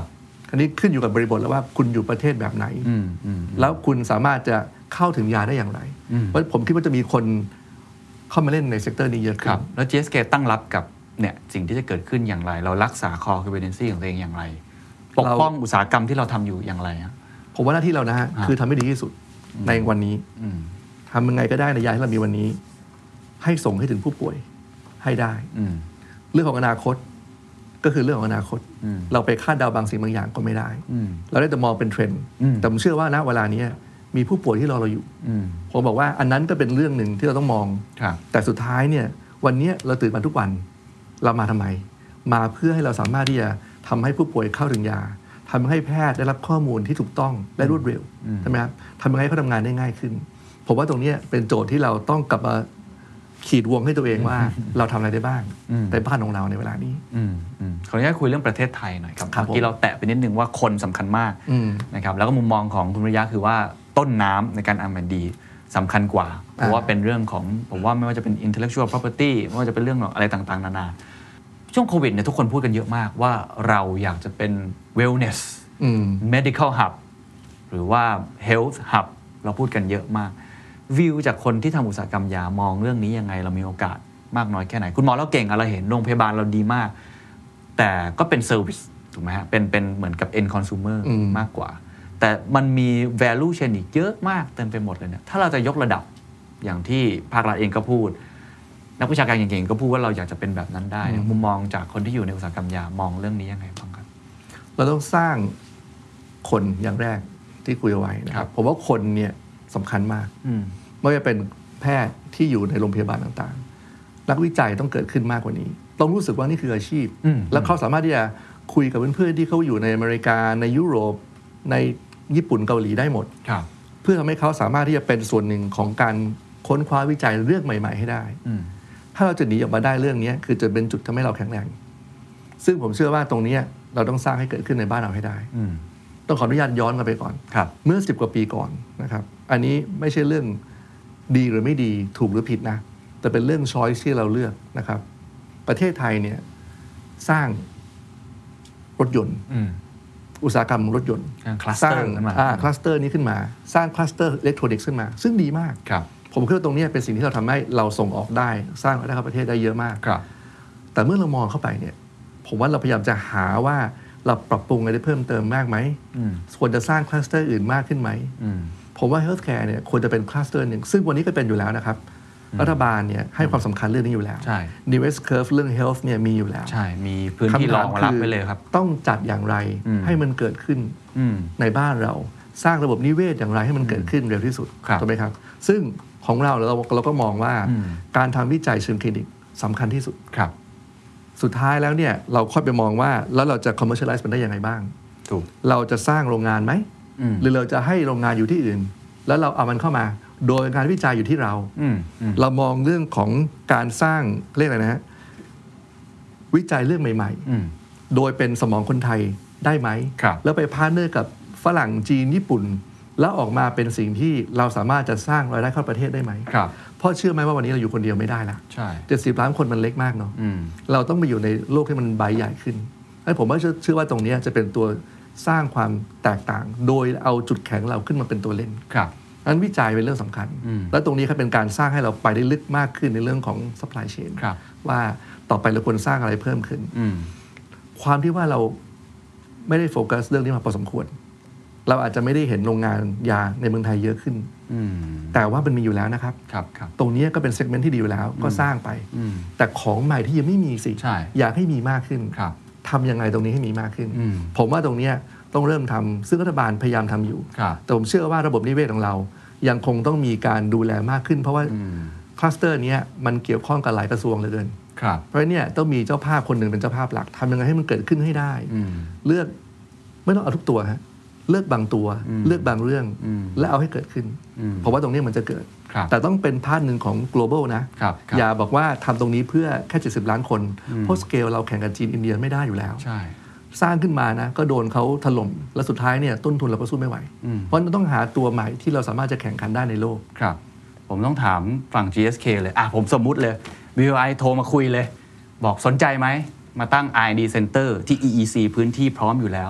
อันนี้ขึ้นอยู่กับบริบทแล้วว่าคุณอยู่ประเทศแบบไหนแล้วคุณสามารถจะเข้าถึงยาได้อย่างไรเพราะผมคิดว่าจะมีคนเข้ามาเล่นในเซกเตอร์นี้เยอะขึ้นแล้ว จี เอส เค ตั้งรับกับเนี่ยสิ่งที่จะเกิดขึ้นอย่างไรเรารักษา core competency ของตัวเองอย่างไรปกป้องอุตสาหกรรมที่เราทำอยู่อย่างไรครับผมว่าหน้าที่เรานะฮะคือทำให้ดีที่สุดในวันนี้ทำยังไงก็ได้ในยาที่เรามีวันนี้ให้ส่งให้ถึงผู้ป่วยให้ได้เรื่องของอนาคตก็คือเรื่องของอนาคตเราไปคาดเดาบางสิ่งบางอย่างก็ไม่ได้เราได้แต่มองเป็นเทรนด์แต่ผมเชื่อว่าณเวลานี้มีผู้ป่วยที่รอเราอยู่ผมบอกว่าอันนั้นก็เป็นเรื่องหนึ่งที่เราต้องมองแต่สุดท้ายเนี่ยวันนี้เราตื่นมาทุกวันเรามาทำไมมาเพื่อให้เราสามารถที่จะทำให้ผู้ป่วยเข้าถึงยาทำให้แพทย์ได้รับข้อมูลที่ถูกต้องและรวดเร็วใช่ไหมครับทำยังไงให้เขาทำงานได้ง่ายขึ้นผมว่าตรงนี้เป็นโจทย์ที่เราต้องกลับมาขีดวงให้ตัวเองว่าเราทำอะไรได้บ้างในบ้านของเราในเวลานี้ขออนุญาตคุยเรื่องประเทศไทยหน่อยครับเมื่อกี้เราแตะไปนิดนึงว่าคนสำคัญมากนะครับแล้วก็มุมมองของคุณวิริยะคือว่าต้นน้ำในการ อาร์ แอนด์ ดี สำคัญกว่าเพราะว่าเป็นเรื่องของผมว่าไม่ว่าจะเป็น intellectual property ไม่ว่าจะเป็นเรื่องอะไรต่างๆนานาช่วงโควิดเนี่ยทุกคนพูดกันเยอะมากว่าเราอยากจะเป็น wellness medical hub หรือว่า health hub เราพูดกันเยอะมากวิวจากคนที่ทำอุตสาหกรรมยามองเรื่องนี้ยังไงเรามีโอกาสมากน้อยแค่ไหนคุณหมอเราเก่งเราเห็นโรงพยาบาลเราดีมากแต่ก็เป็น service ถูกไหมฮะเป็นเป็นเหมือนกับ end consumer มากกว่าแต่มันมี value chain อีกเยอะมากเต็มไปหมดเลยเนี่ยถ้าเราจะยกระดับอย่างที่ภาครัฐเองก็พูดนักวิชาการเก่งๆก็พูดว่าเราอยากจะเป็นแบบนั้นได้มุมมองจากคนที่อยู่ในอุตสาหกรรมยามองเรื่องนี้ยังไงบ้างครับเราต้องสร้างคนอย่างแรกที่คุยเอาไว้นะครับผมว่าคนเนี่ยสำคัญมากไม่ว่าจะเป็นแพทย์ที่อยู่ในโรงพยาบาลต่างๆนักวิจัยต้องเกิดขึ้นมากกว่านี้ต้องรู้สึกว่านี่คืออาชีพแล้วเขาสามารถที่จะคุยกับเพื่อนๆที่เขาอยู่ในอเมริกาในยุโรปในญี่ปุ่นเกาหลีได้หมดเพื่อทำให้เขาสามารถที่จะเป็นส่วนหนึ่งของการค้นคว้าวิจัยเรื่องใหม่ๆให้ได้ถ้าเราจะหนีออกมาได้เรื่องนี้คือจะเป็นจุดทำให้เราแข็งแรงซึ่งผมเชื่อว่าตรงนี้เราต้องสร้างให้เกิดขึ้นในบ้านเราให้ได้ต้องขออนุญาตย้อนกลับไปก่อนเมื่อสิบกว่าปีก่อนนะครับอันนี้ไม่ใช่เรื่องดีหรือไม่ดีถูกหรือผิดนะแต่เป็นเรื่องช้อยส์ที่เราเลือกนะครับประเทศไทยเนี่ยสร้างรถยนต์อุตสาหกรรมรถยนต์สร้างคลัสเตอร์นี้ขึ้นมาสร้างคลัสเตอร์อิเล็กทรอนิกส์ขึ้นมาซึ่งดีมากผมคิดว่าตรงนี้เป็นสิ่งที่เราทำให้เราส่งออกได้สร้างรายได้เข้าประเทศได้เยอะมากแต่เมื่อเรามองเข้าไปเนี่ยผมว่าเราพยายามจะหาว่าเราปรับปรุงอะไรได้เพิ่มเติมมากไหมควรจะสร้างคลัสเตอร์อื่นมากขึ้นไหมผมว่า healthcare เนี่ยควรจะเป็นคลัสเตอร์หนึ่งซึ่งวันนี้ก็เป็นอยู่แล้วนะครับรัฐบาลเนี่ยให้ความสำคัญเรื่องนี้อยู่แล้ว นิว เอส Curve เรื่อง health เนี่ยมีอยู่แล้วใช่มีพื้นที่รองรับไว้เลยครับต้องจัดอย่างไรให้มันเกิดขึ้นในบ้านเราสร้างระบบนิเวศอย่างไรให้มันเกิดขึ้นเร็วที่สุดถูกไหมครับซึ่งของเราเราเราก็มองว่าการทำวิจัยเชิงคลินิกสำคัญที่สุดครับสุดท้ายแล้วเนี่ยเราค่อยไปมองว่าแล้วเราจะ commercialize มันได้ยังไงบ้างถูกเราจะสร้างโรงงานไหมหรือเราจะให้โรงงานอยู่ที่อื่นแล้วเราเอามันเข้ามาโดยการวิจัยอยู่ที่เราเรามองเรื่องของการสร้างเรียกอะไรนะฮะวิจัยเรื่องใหม่ๆโดยเป็นสมองคนไทยได้ไหมแล้วไปพาร์ทเนอร์กับฝรั่งจีนญี่ปุ่นแล้วออกมาเป็นสิ่งที่เราสามารถจะสร้างรายได้เข้าประเทศได้ไหมเพราะเชื่อไหมว่าวันนี้เราอยู่คนเดียวไม่ได้ละเจ็ดสิบล้านคนมันเล็กมากเนาะเราต้องไปอยู่ในโลกที่มันใบใหญ่ขึ้นให้ผมว่าเชื่อว่าตรงนี้จะเป็นตัวสร้างความแตกต่างโดยเอาจุดแข็งเราขึ้นมาเป็นตัวเล่นนั้นวิจัยเป็นเรื่องสำคัญและตรงนี้ครับเป็นการสร้างให้เราไปได้ลึกมากขึ้นในเรื่องของ supply chain ว่าต่อไปเราควรสร้างอะไรเพิ่มขึ้นความที่ว่าเราไม่ได้โฟกัสเรื่องนี้มาพอสมควรเราอาจจะไม่ได้เห็นโรงงานยาในเมืองไทยเยอะขึ้นแต่ว่ามันมีอยู่แล้วนะครับตรงนี้ก็เป็นเซกเมนต์ที่ดีอยู่แล้วก็สร้างไปแต่ของใหม่ที่ยังไม่มีสิอยากให้มีมากขึ้นทำยังไงตรงนี้ให้มีมากขึ้นผมว่าตรงนี้ต้องเริ่มทำซึ่งรัฐบาลพยายามทำอยู่แต่ผมเชื่อว่าระบบนิเวศของเรายังคงต้องมีการดูแลมากขึ้นเพราะว่าคลัสเตอร์นี้มันเกี่ยวข้องกับหลายกระทรวงเหลือเกินเพราะเนี่ยต้องมีเจ้าภาพคนหนึ่งเป็นเจ้าภาพหลักทำยังไงให้มันเกิดขึ้นให้ได้เลือกไม่ต้องเอาทุกตัวฮะเลือกบางตัวเลือกบางเรื่องและเอาให้เกิดขึ้นเพราะว่าตรงนี้มันจะเกิดแต่ต้องเป็นพาร์ทหนึ่งของ global นะอย่าบอกว่าทำตรงนี้เพื่อแค่เจ็ดสิบล้านคนเพราะสเกลเราแข่งกับจีนอินเดียไม่ได้อยู่แล้วสร้างขึ้นมานะก็โดนเขาถล่มและสุดท้ายเนี่ยต้นทุนเราก็สู้ไม่ไหวเพราะต้องหาตัวใหม่ที่เราสามารถจะแข่งขันได้ในโลกครับผมต้องถามฝั่ง จี เอส เค เลยอ่ะผมสมมุติเลย บี แอล ไอ โทรมาคุยเลยบอกสนใจไหมมาตั้ง อาร์ แอนด์ ดี Center ที่ อี อี ซี พื้นที่พร้อมอยู่แล้ว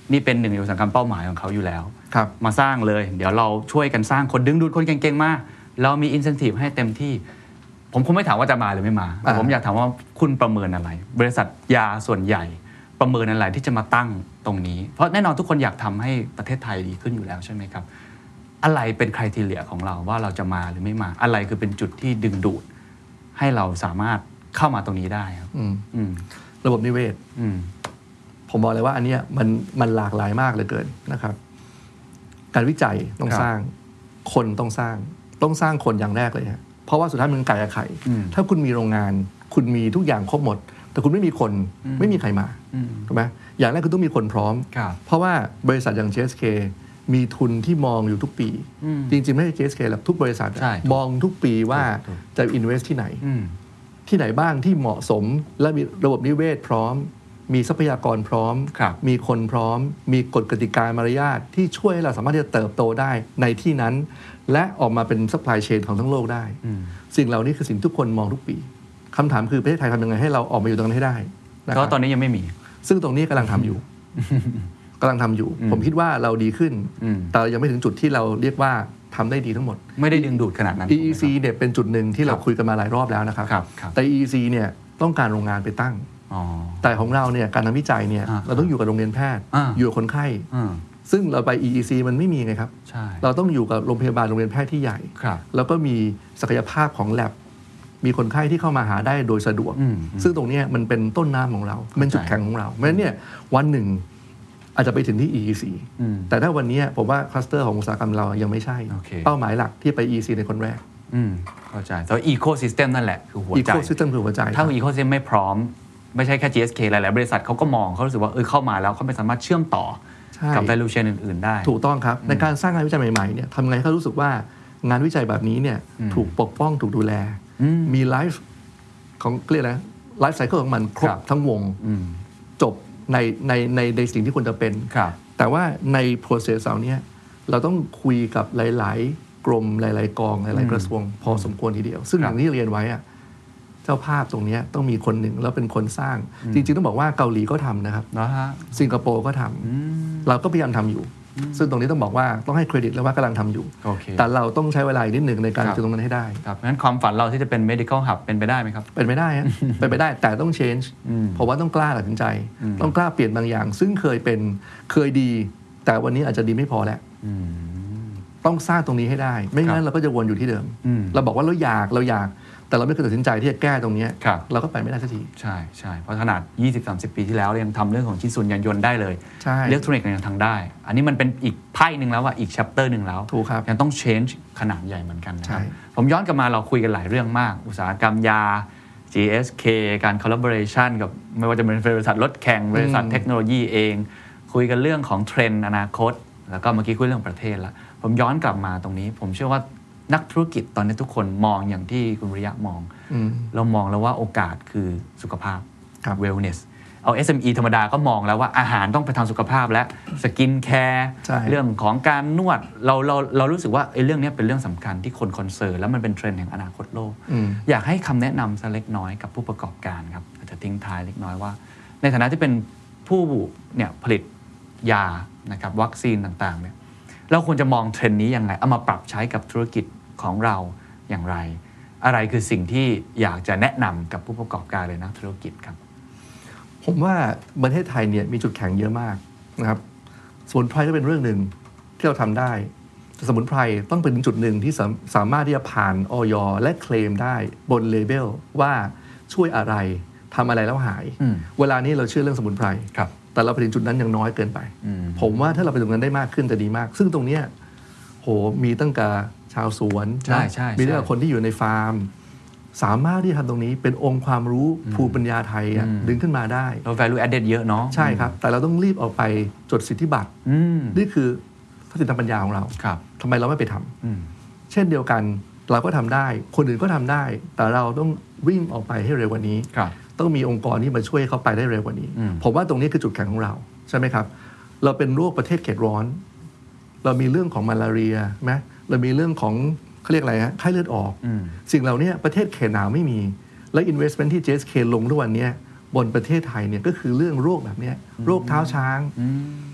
นี่เป็นหนึ่งในอุตสาหกรรมเป้าหมายของเขาอยู่แล้วมาสร้างเลยเดี๋ยวเราช่วยกันสร้างคนดึงดูดคนเก่งๆมาเรามี incentive ให้เต็มที่ผมคงไม่ถามว่าจะมาหรือไม่มาแต่ผมอยากถามว่าคุณประเมินอะไรบริษัทยาส่วนใหญ่ประเมินอะไรที่จะมาตั้งตรงนี้เพราะแน่นอนทุกคนอยากทำให้ประเทศไทยดีขึ้นอยู่แล้วใช่ไหมครับอะไรเป็นไครทีเรียของเราว่าเราจะมาหรือไม่มาอะไรคือเป็นจุดที่ดึงดูดให้เราสามารถเข้ามาตรงนี้ได้ครับระบบนิเวศผมบอกเลยว่าอันนี้มันมันหลากหลายมากเหลือเกินนะครับการวิจัยต้องสร้างคนต้องสร้างต้องสร้างคนอย่างแรกเลยฮะเพราะว่าสุดท้ายมันไก่กับไข่ถ้าคุณมีโรงงานคุณมีทุกอย่างครบหมดแต่คุณไม่มีคนไม่มีใครมาถูกไหมอย่างแรกคุณต้องมีคนพร้อมเพราะว่าบริษัทอย่าง เจ เอส เค มีทุนที่มองอยู่ทุกปีจริงๆไม่ใช่ เจ เอส เค หรอกทุกบริษัทมองทุกปีว่าจะ invest ที่ไหนที่ไหนบ้างที่เหมาะสมและมีระบบนิเวศพร้อมมีทรัพยากรพร้อมมีคนพร้อมมีกฎกติกามารยาทที่ช่วยให้เราสามารถที่จะเติบโตได้ในที่นั้นและออกมาเป็นซัพพลายเชนของทั้งโลกได้สิ่งเหล่านี้คือสิ่งทุกคนมองทุกปีคำถามคือประเทศไทยทำยังไงให้เราออกมาอยู่ตรงนั้นให้ได้ก็ตอนนี้ยังไม่มีซึ่งตรงนี้กำลังทำอยู่กำลังทำอยู่ผมคิดว่าเราดีขึ้นแต่ยังไม่ถึงจุดที่เราเรียกว่าทำได้ดีทั้งหมดไม่ได้ดึงดูดขนาดนั้นอี อี ซี เนี่ยเป็นจุดหนึ่งที่เราคุยกันมาหลายรอบแล้วนะครับแต่ อี อี ซี เนี่ยต้องการโรงงานไปตั้งแต่ของเราเนี่ยการทำวิจัยเนี่ยเราต้องอยู่กับโรงเรียนแพทย์อยู่กับคนไข้ซึ่งเราไป อี อี ซี มันไม่มีไงครับเราต้องอยู่กับโรงพยาบาลโรงเรียนแพทย์ที่ใหญ่แล้วก็มีศักยภาพของ lab มีคนไข้ที่เข้ามาหาได้โดยสะดวกซึ่งตรงนี้มันเป็นต้นน้ำของเราเป็นจุดแข็งของเราเพราะฉะนั้นเนี่ยวันหนึ่งอาจจะไปถึงที่ อี อี ซี แต่ถ้าวันนี้ผมว่าคลัสเตอร์ของอุตสาหกรรมเรายังไม่ใช่ okay. เป้าหมายหลักที่ไป อี อี ซี ในคนแรกเข้าใจแต่อีโคซิสเต็มนั่นแหละคือหัวใจอีโคซิสเต็มคือหัวใจถ้าอีโคซิสเต็มไม่พร้อมไม่ใช่แค่ จี เอส เค หลายๆบริษัทเขาก็มองเขารู้สึกว่าเออเข้ามาแล้วเขาไม่สามารถเชื่อมต่อกับ value chain อื่นๆได้ถูกต้องครับในการสร้างงานวิจัยใหม่ๆเนี่ยทำไงให้เขารู้สึกว่างานวิจัยแบบนี้เนี่ยถูกปกป้องถูกดูแลมีไลฟ์ของเรียกอะไรไลฟ์ไซเคิลของมันครบทั้งวงจบในในในในสิ่งที่ควรจะเป็นแต่ว่าใน process เหล่านี้เราต้องคุยกับหลายๆกรมหลายๆกองหลายๆกระทรวงพอสมควรทีเดียวซึ่งอย่างที่เรียนไว้อะเจ้าภาพตรงนี้ต้องมีคนหนึ่งแล้วเป็นคนสร้างจริงๆต้องบอกว่าเกาหลีก็ทำนะครับสิงคโปร์ก็ทำเราก็พยายามทำอยู่ซึ่งตรงนี้ต้องบอกว่าต้องให้เครดิตแล้วว่ากำลังทำอยู่ okay. แต่เราต้องใช้เวลาอีกนิดหนึ่งในการถึงตรงนั้นให้ได้ครับงั้นความฝันเราที่จะเป็น medical hub เป็นไปได้ไหมครับเป็นไปได้ เป็นไปได้แต่ต้อง change เพราะว่าต้องกล้าตัดสินใจต้องกล้าเปลี่ยนบางอย่างซึ่งเคยเป็นเคยดีแต่วันนี้อาจจะดีไม่พอแล้วต้องสร้างตรงนี้ให้ได้ไม่งั้นเราก็จะวนอยู่ที่เดิมเราบอกว่าเราอยากเราอยากแต่เราไม่เคยตัดสินใจที่จะแก้ตรงนี้เราก็ไปไม่ได้สักทีใช่ใช่เพราะขนาด ยี่สิบถึงสามสิบ ปีที่แล้วยังทำเรื่องของชิ้นส่วนยานยนต์ได้เลยอิเล็กทรอนิกส์ยังทำได้อันนี้มันเป็นอีกไพ่หนึ่งแล้วว่าอีก chapter หนึ่งแล้วยังต้อง change ขนาดใหญ่เหมือนกันนะครับผมย้อนกลับมาเราคุยกันหลายเรื่องมากอุตสาหกรรมยา จี เอส เค การ collaboration กับไม่ว่าจะเป็นบริษัทรถแข่งบริษัทเทคโนโลยีเองคุยกันเรื่องของเทรนด์อนาคตแล้วก็เมื่อกี้คุยเรื่องประเทศละผมย้อนกลับมาตรงนี้ผมเชื่อว่านักธุรกิจตอนนี้ทุกคนมองอย่างที่คุณวิริยะมองเรามองแล้วว่าโอกาสคือสุขภาพ wellness เอา เอส เอ็ม อี ธรรมดาก็มองแล้วว่าอาหารต้องไปทางสุขภาพและสกินแคร์เรื่องของการนวดเราเราเรารู้สึกว่าไอ้เรื่องนี้เป็นเรื่องสำคัญที่คนคอนเซิร์นแล้วมันเป็นเทรนด์แห่งอนาคตโลกอยากให้คำแนะนำสักเล็กน้อยกับผู้ประกอบการครับอาจจะทิ้งท้ายเล็กน้อยว่าในฐานะที่เป็นผู้เนี่ยผลิตยานะครับวัคซีนต่างๆเนี่ยเราควรจะมองเทรนด์นี้ยังไงเอามาปรับใช้กับธุรกิจของเราอย่างไรอะไรคือสิ่งที่อยากจะแนะนำกับผู้ประกอบการเลยนะธุรกิจครับผมว่าประเทศไทยเนี่ยมีจุดแข็งเยอะมากนะครับสมุนไพรก็เป็นเรื่องหนึ่งที่เราทำได้แต่สมุนไพรต้องเป็นจุดหนึ่งที่สามารถที่จะผ่านอย.และเคลมได้บนเลเบลว่าช่วยอะไรทำอะไรแล้วหายเวลานี้เราเชื่อเรื่องสมุนไพรแต่เราไปถึงจุดนั้นยังน้อยเกินไปผมว่าถ้าเราไปถึงนั้นได้มากขึ้นจะดีมากซึ่งตรงนี้โหมีตั้งแต่ชาวสวนมีตั้งแต่คนที่อยู่ในฟาร์มสามารถที่ทำตรงนี้เป็นองค์ความรู้ภูมิปัญญาไทยดึงขึ้นมาได้เรา value added เยอะเนาะใช่ครับแต่เราต้องรีบออกไปจดสิทธิบัตรนี่คือทรัพย์สินทางปัญญาของเราทำไมเราไม่ไปทำเช่นเดียวกันเราก็ทำได้คนอื่นก็ทำได้แต่เราต้องวิ่งออกไปให้เร็วกว่านี้ต้องมีองค์กรที่มาช่วยเขาไปได้เร็วกว่านี้ผมว่าตรงนี้คือจุดแข็งของเราใช่ไหมครับเราเป็นโรคประเทศเขตร้อนเรามีเรื่องของมาลาเรียไหมเรามีเรื่องของเขาเรียกอะไรฮะไข้เลือดออกสิ่งเหล่านี้ประเทศเขตหนาวไม่มีและ investment ที่ เจ เอส เค ลงทุกวันนี้บนประเทศไทยเนี่ยก็คือเรื่องโรคแบบนี้โรคเท้าช้าง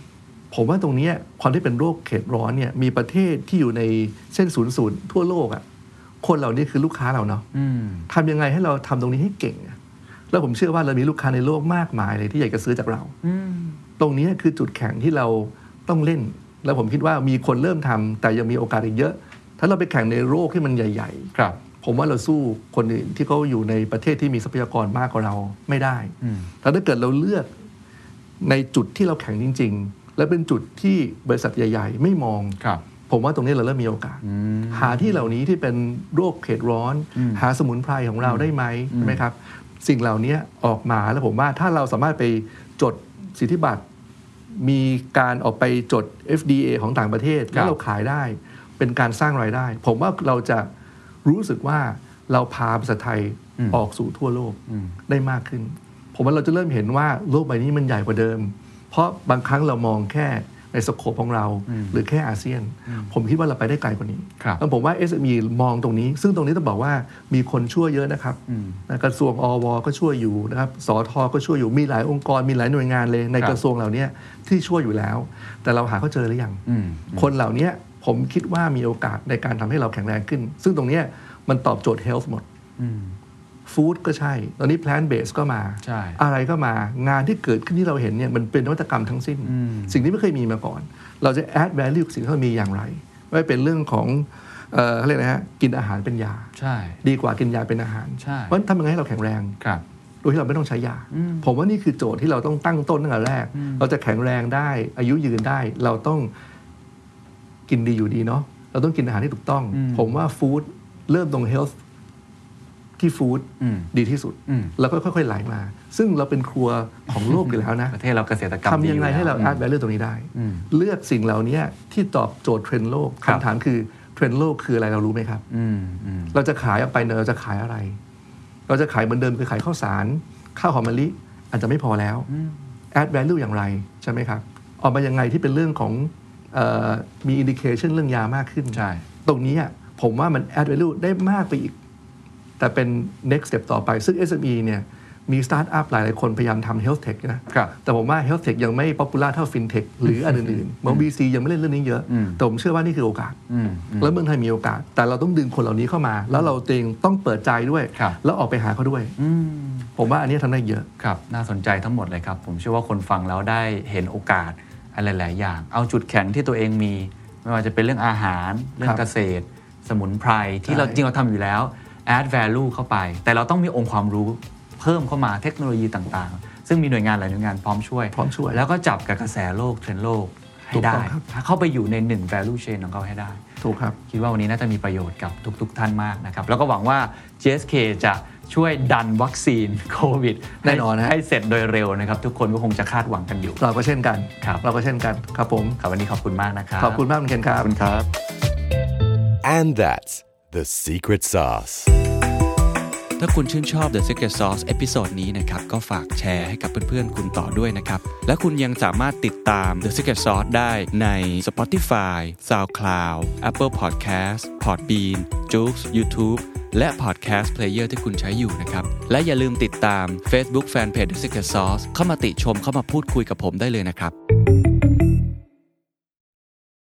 ผมว่าตรงนี้ความที่เป็นโรคเขตร้อนเนี่ยมีประเทศที่อยู่ในเส้นศูนย์สูตรทั่วโลกอ่ะคนเหล่านี้คือลูกค้าเราเนาะทำยังไงให้เราทำตรงนี้ให้เก่งแล้วผมเชื่อว่าเรามีลูกค้าในโลกมากมายเลยที่อยากจะซื้อจากเราตรงนี้คือจุดแข็งที่เราต้องเล่นแล้วผมคิดว่ามีคนเริ่มทำแต่ยังมีโอกาสอีกเยอะถ้าเราไปแข่งในโลกที่มันใหญ่ๆครับผมว่าเราสู้คนอื่นที่เขาอยู่ในประเทศที่มีทรัพยากรมากกว่าเราไม่ได้แต่ถ้าเกิดเราเลือกในจุดที่เราแข่งจริงๆและเป็นจุดที่บริษัทใหญ่ๆไม่มองผมว่าตรงนี้เราเริ่มมีโอกาสหาที่เหล่านี้ที่เป็นโรคเขตร้อนหาสมุนไพรของเราได้ไหมใช่ไหมครับสิ่งเหล่านี้ออกมาแล้วผมว่าถ้าเราสามารถไปจดสิทธิบัตรมีการออกไปจด เอฟ ดี เอ ของต่างประเทศแล้วเราขายได้เป็นการสร้างรายได้ผมว่าเราจะรู้สึกว่าเราพาบริษัทไทยออกสู่ทั่วโลกได้มากขึ้นผมว่าเราจะเริ่มเห็นว่าโลกใบนี้มันใหญ่กว่าเดิมเพราะบางครั้งเรามองแค่ในสโคปของเราหรือแค่อาเซียนผมคิดว่าเราไปได้ไกลกว่านี้แล้วผมว่า เอส เอ็ม อี มองตรงนี้ซึ่งตรงนี้ต้องบอกว่ามีคนช่วยเยอะนะครับกระทรวงอวก็ช่วยอยู่นะครับสทก็ช่วยอยู่มีหลายองค์กรมีหลายหน่วยงานเลยในกระทรวงเหล่านี้ที่ช่วยอยู่แล้วแต่เราหาเขาเจอหรือยังคนเหล่านี้ผมคิดว่ามีโอกาสในการทำให้เราแข็งแรงขึ้นซึ่งตรงนี้มันตอบโจทย์ health หมดฟู้ดก็ใช่ตอนนี้ plant based ก็มาอะไรก็มางานที่เกิดขึ้นที่เราเห็นเนี่ยมันเป็นนวัตกรรมทั้งสิ้นสิ่งที่ไม่เคยมีมาก่อนเราจะ add value สิ่งที่เรามีอย่างไรไม่เป็นเรื่องของเอ่อเขาเรียกนะฮะกินอาหารเป็นยาดีกว่ากินยาเป็นอาหารเพราะทำยังไงให้เราแข็งแรงโดยที่เราไม่ต้องใช้ยาผมว่านี่คือโจทย์ที่เราต้องตั้งต้นตั้งแต่แรกเราจะแข็งแรงได้อายุยืนได้เราต้องกินดีอยู่ดีเนาะเราต้องกินอาหารที่ถูกต้องผมว่าฟู้ดเริ่มตรง healthที่ฟู้ดดีที่สุดแล้วก็ค่อยๆไหลมาซึ่งเราเป็นครัวของโลกอยู่แล้วนะประเทศเราเกษตรกรรมทำยังไงให้เรา add value ตรงนี้ได้เลือกสิ่งเหล่านี้ที่ตอบโจทย์เทรนด์โลกคำถามคือเทรนด์โลกคืออะไรเรารู้ไหมครับเราจะขายออกไปเราจะขายอะไรเราจะขายเหมือนเดิมคือขายข้าวสารข้าวหอมมะลิอาจจะไม่พอแล้ว add value อย่างไรใช่ไหมครับออกมายังไงที่เป็นเรื่องของมี indication เรื่องยามากขึ้นตรงนี้ผมว่ามัน add value ได้มากไปอีกแต่เป็น next step ต่อไปซึ่ง เอส เอ็ม อี เนี่ยมีสตาร์ทอัพหลายๆคนพยายามทำ health tech นะแต่ผมว่า health tech ยังไม่ popular เท่า fintech หรืออันอื่นๆเหมือน วี ซี ยังไม่เล่นเรื่องนี้เยอะแต่ผมเชื่อว่านี่คือโอกาสแล้วเมืองไทยมีโอกาสแต่เราต้องดึงคนเหล่านี้เข้ามาแล้วเราเองต้องเปิดใจด้วยแล้วออกไปหาเขาด้วยผมว่าอันนี้ทำได้เยอะครับน่าสนใจทั้งหมดเลยครับผมเชื่อว่าคนฟังแล้วได้เห็นโอกาสอะไรหลายอย่างเอาจุดแข็งที่ตัวเองมีไม่ว่าจะเป็นเรื่องอาหารเรื่องเกษตรสมุนไพรที่เราจริงเราทำอยู่แล้วadd value เข้าไปแต่เราต้องมีองค์ความรู้เพิ่มเข้ามาเทคโนโลยีต่างๆซึ่งมีหน่วยงานหลายหน่วยงานพร้อมช่วยพร้อมช่วยแล้วก็จับกับกระแสโลกเทรนด์โลกให้ได้เข้าไปอยู่ในหนึ่ง value chain ของเขาให้ได้ถูกครับคิดว่าวันนี้น่าจะมีประโยชน์กับทุกๆท่านมากนะครับแล้วก็หวังว่า จี เอส เค จะช่วยดันวัคซีนโควิดแน่นอนให้เสร็จโดยเร็วนะครับทุกคนก็คงจะคาดหวังกันอยู่เราก็เช่นกันเราก็เช่นกันครับผมครับวันนี้ขอบคุณมากนะครับขอบคุณมากคุณเคนครับขอบคุณครับ and that's the secret sauce ถ้าคุณชื่นชอบ The Secret Sauce เอพิโซดนี้นะครับก็ฝากแชร์ให้กับเพื่อนๆคุณต่อด้วยนะครับและคุณยังสามารถติดตาม The Secret Sauce ได้ใน Spotify, SoundCloud, Apple Podcast, Podbean, Joox, YouTube และ Podcast Player ที่คุณใช้อยู่นะครับและอย่าลืมติดตาม Facebook Fanpage The Secret Sauce เข้ามาติชมเข้ามาพูดคุยกับผมได้เลยนะครับ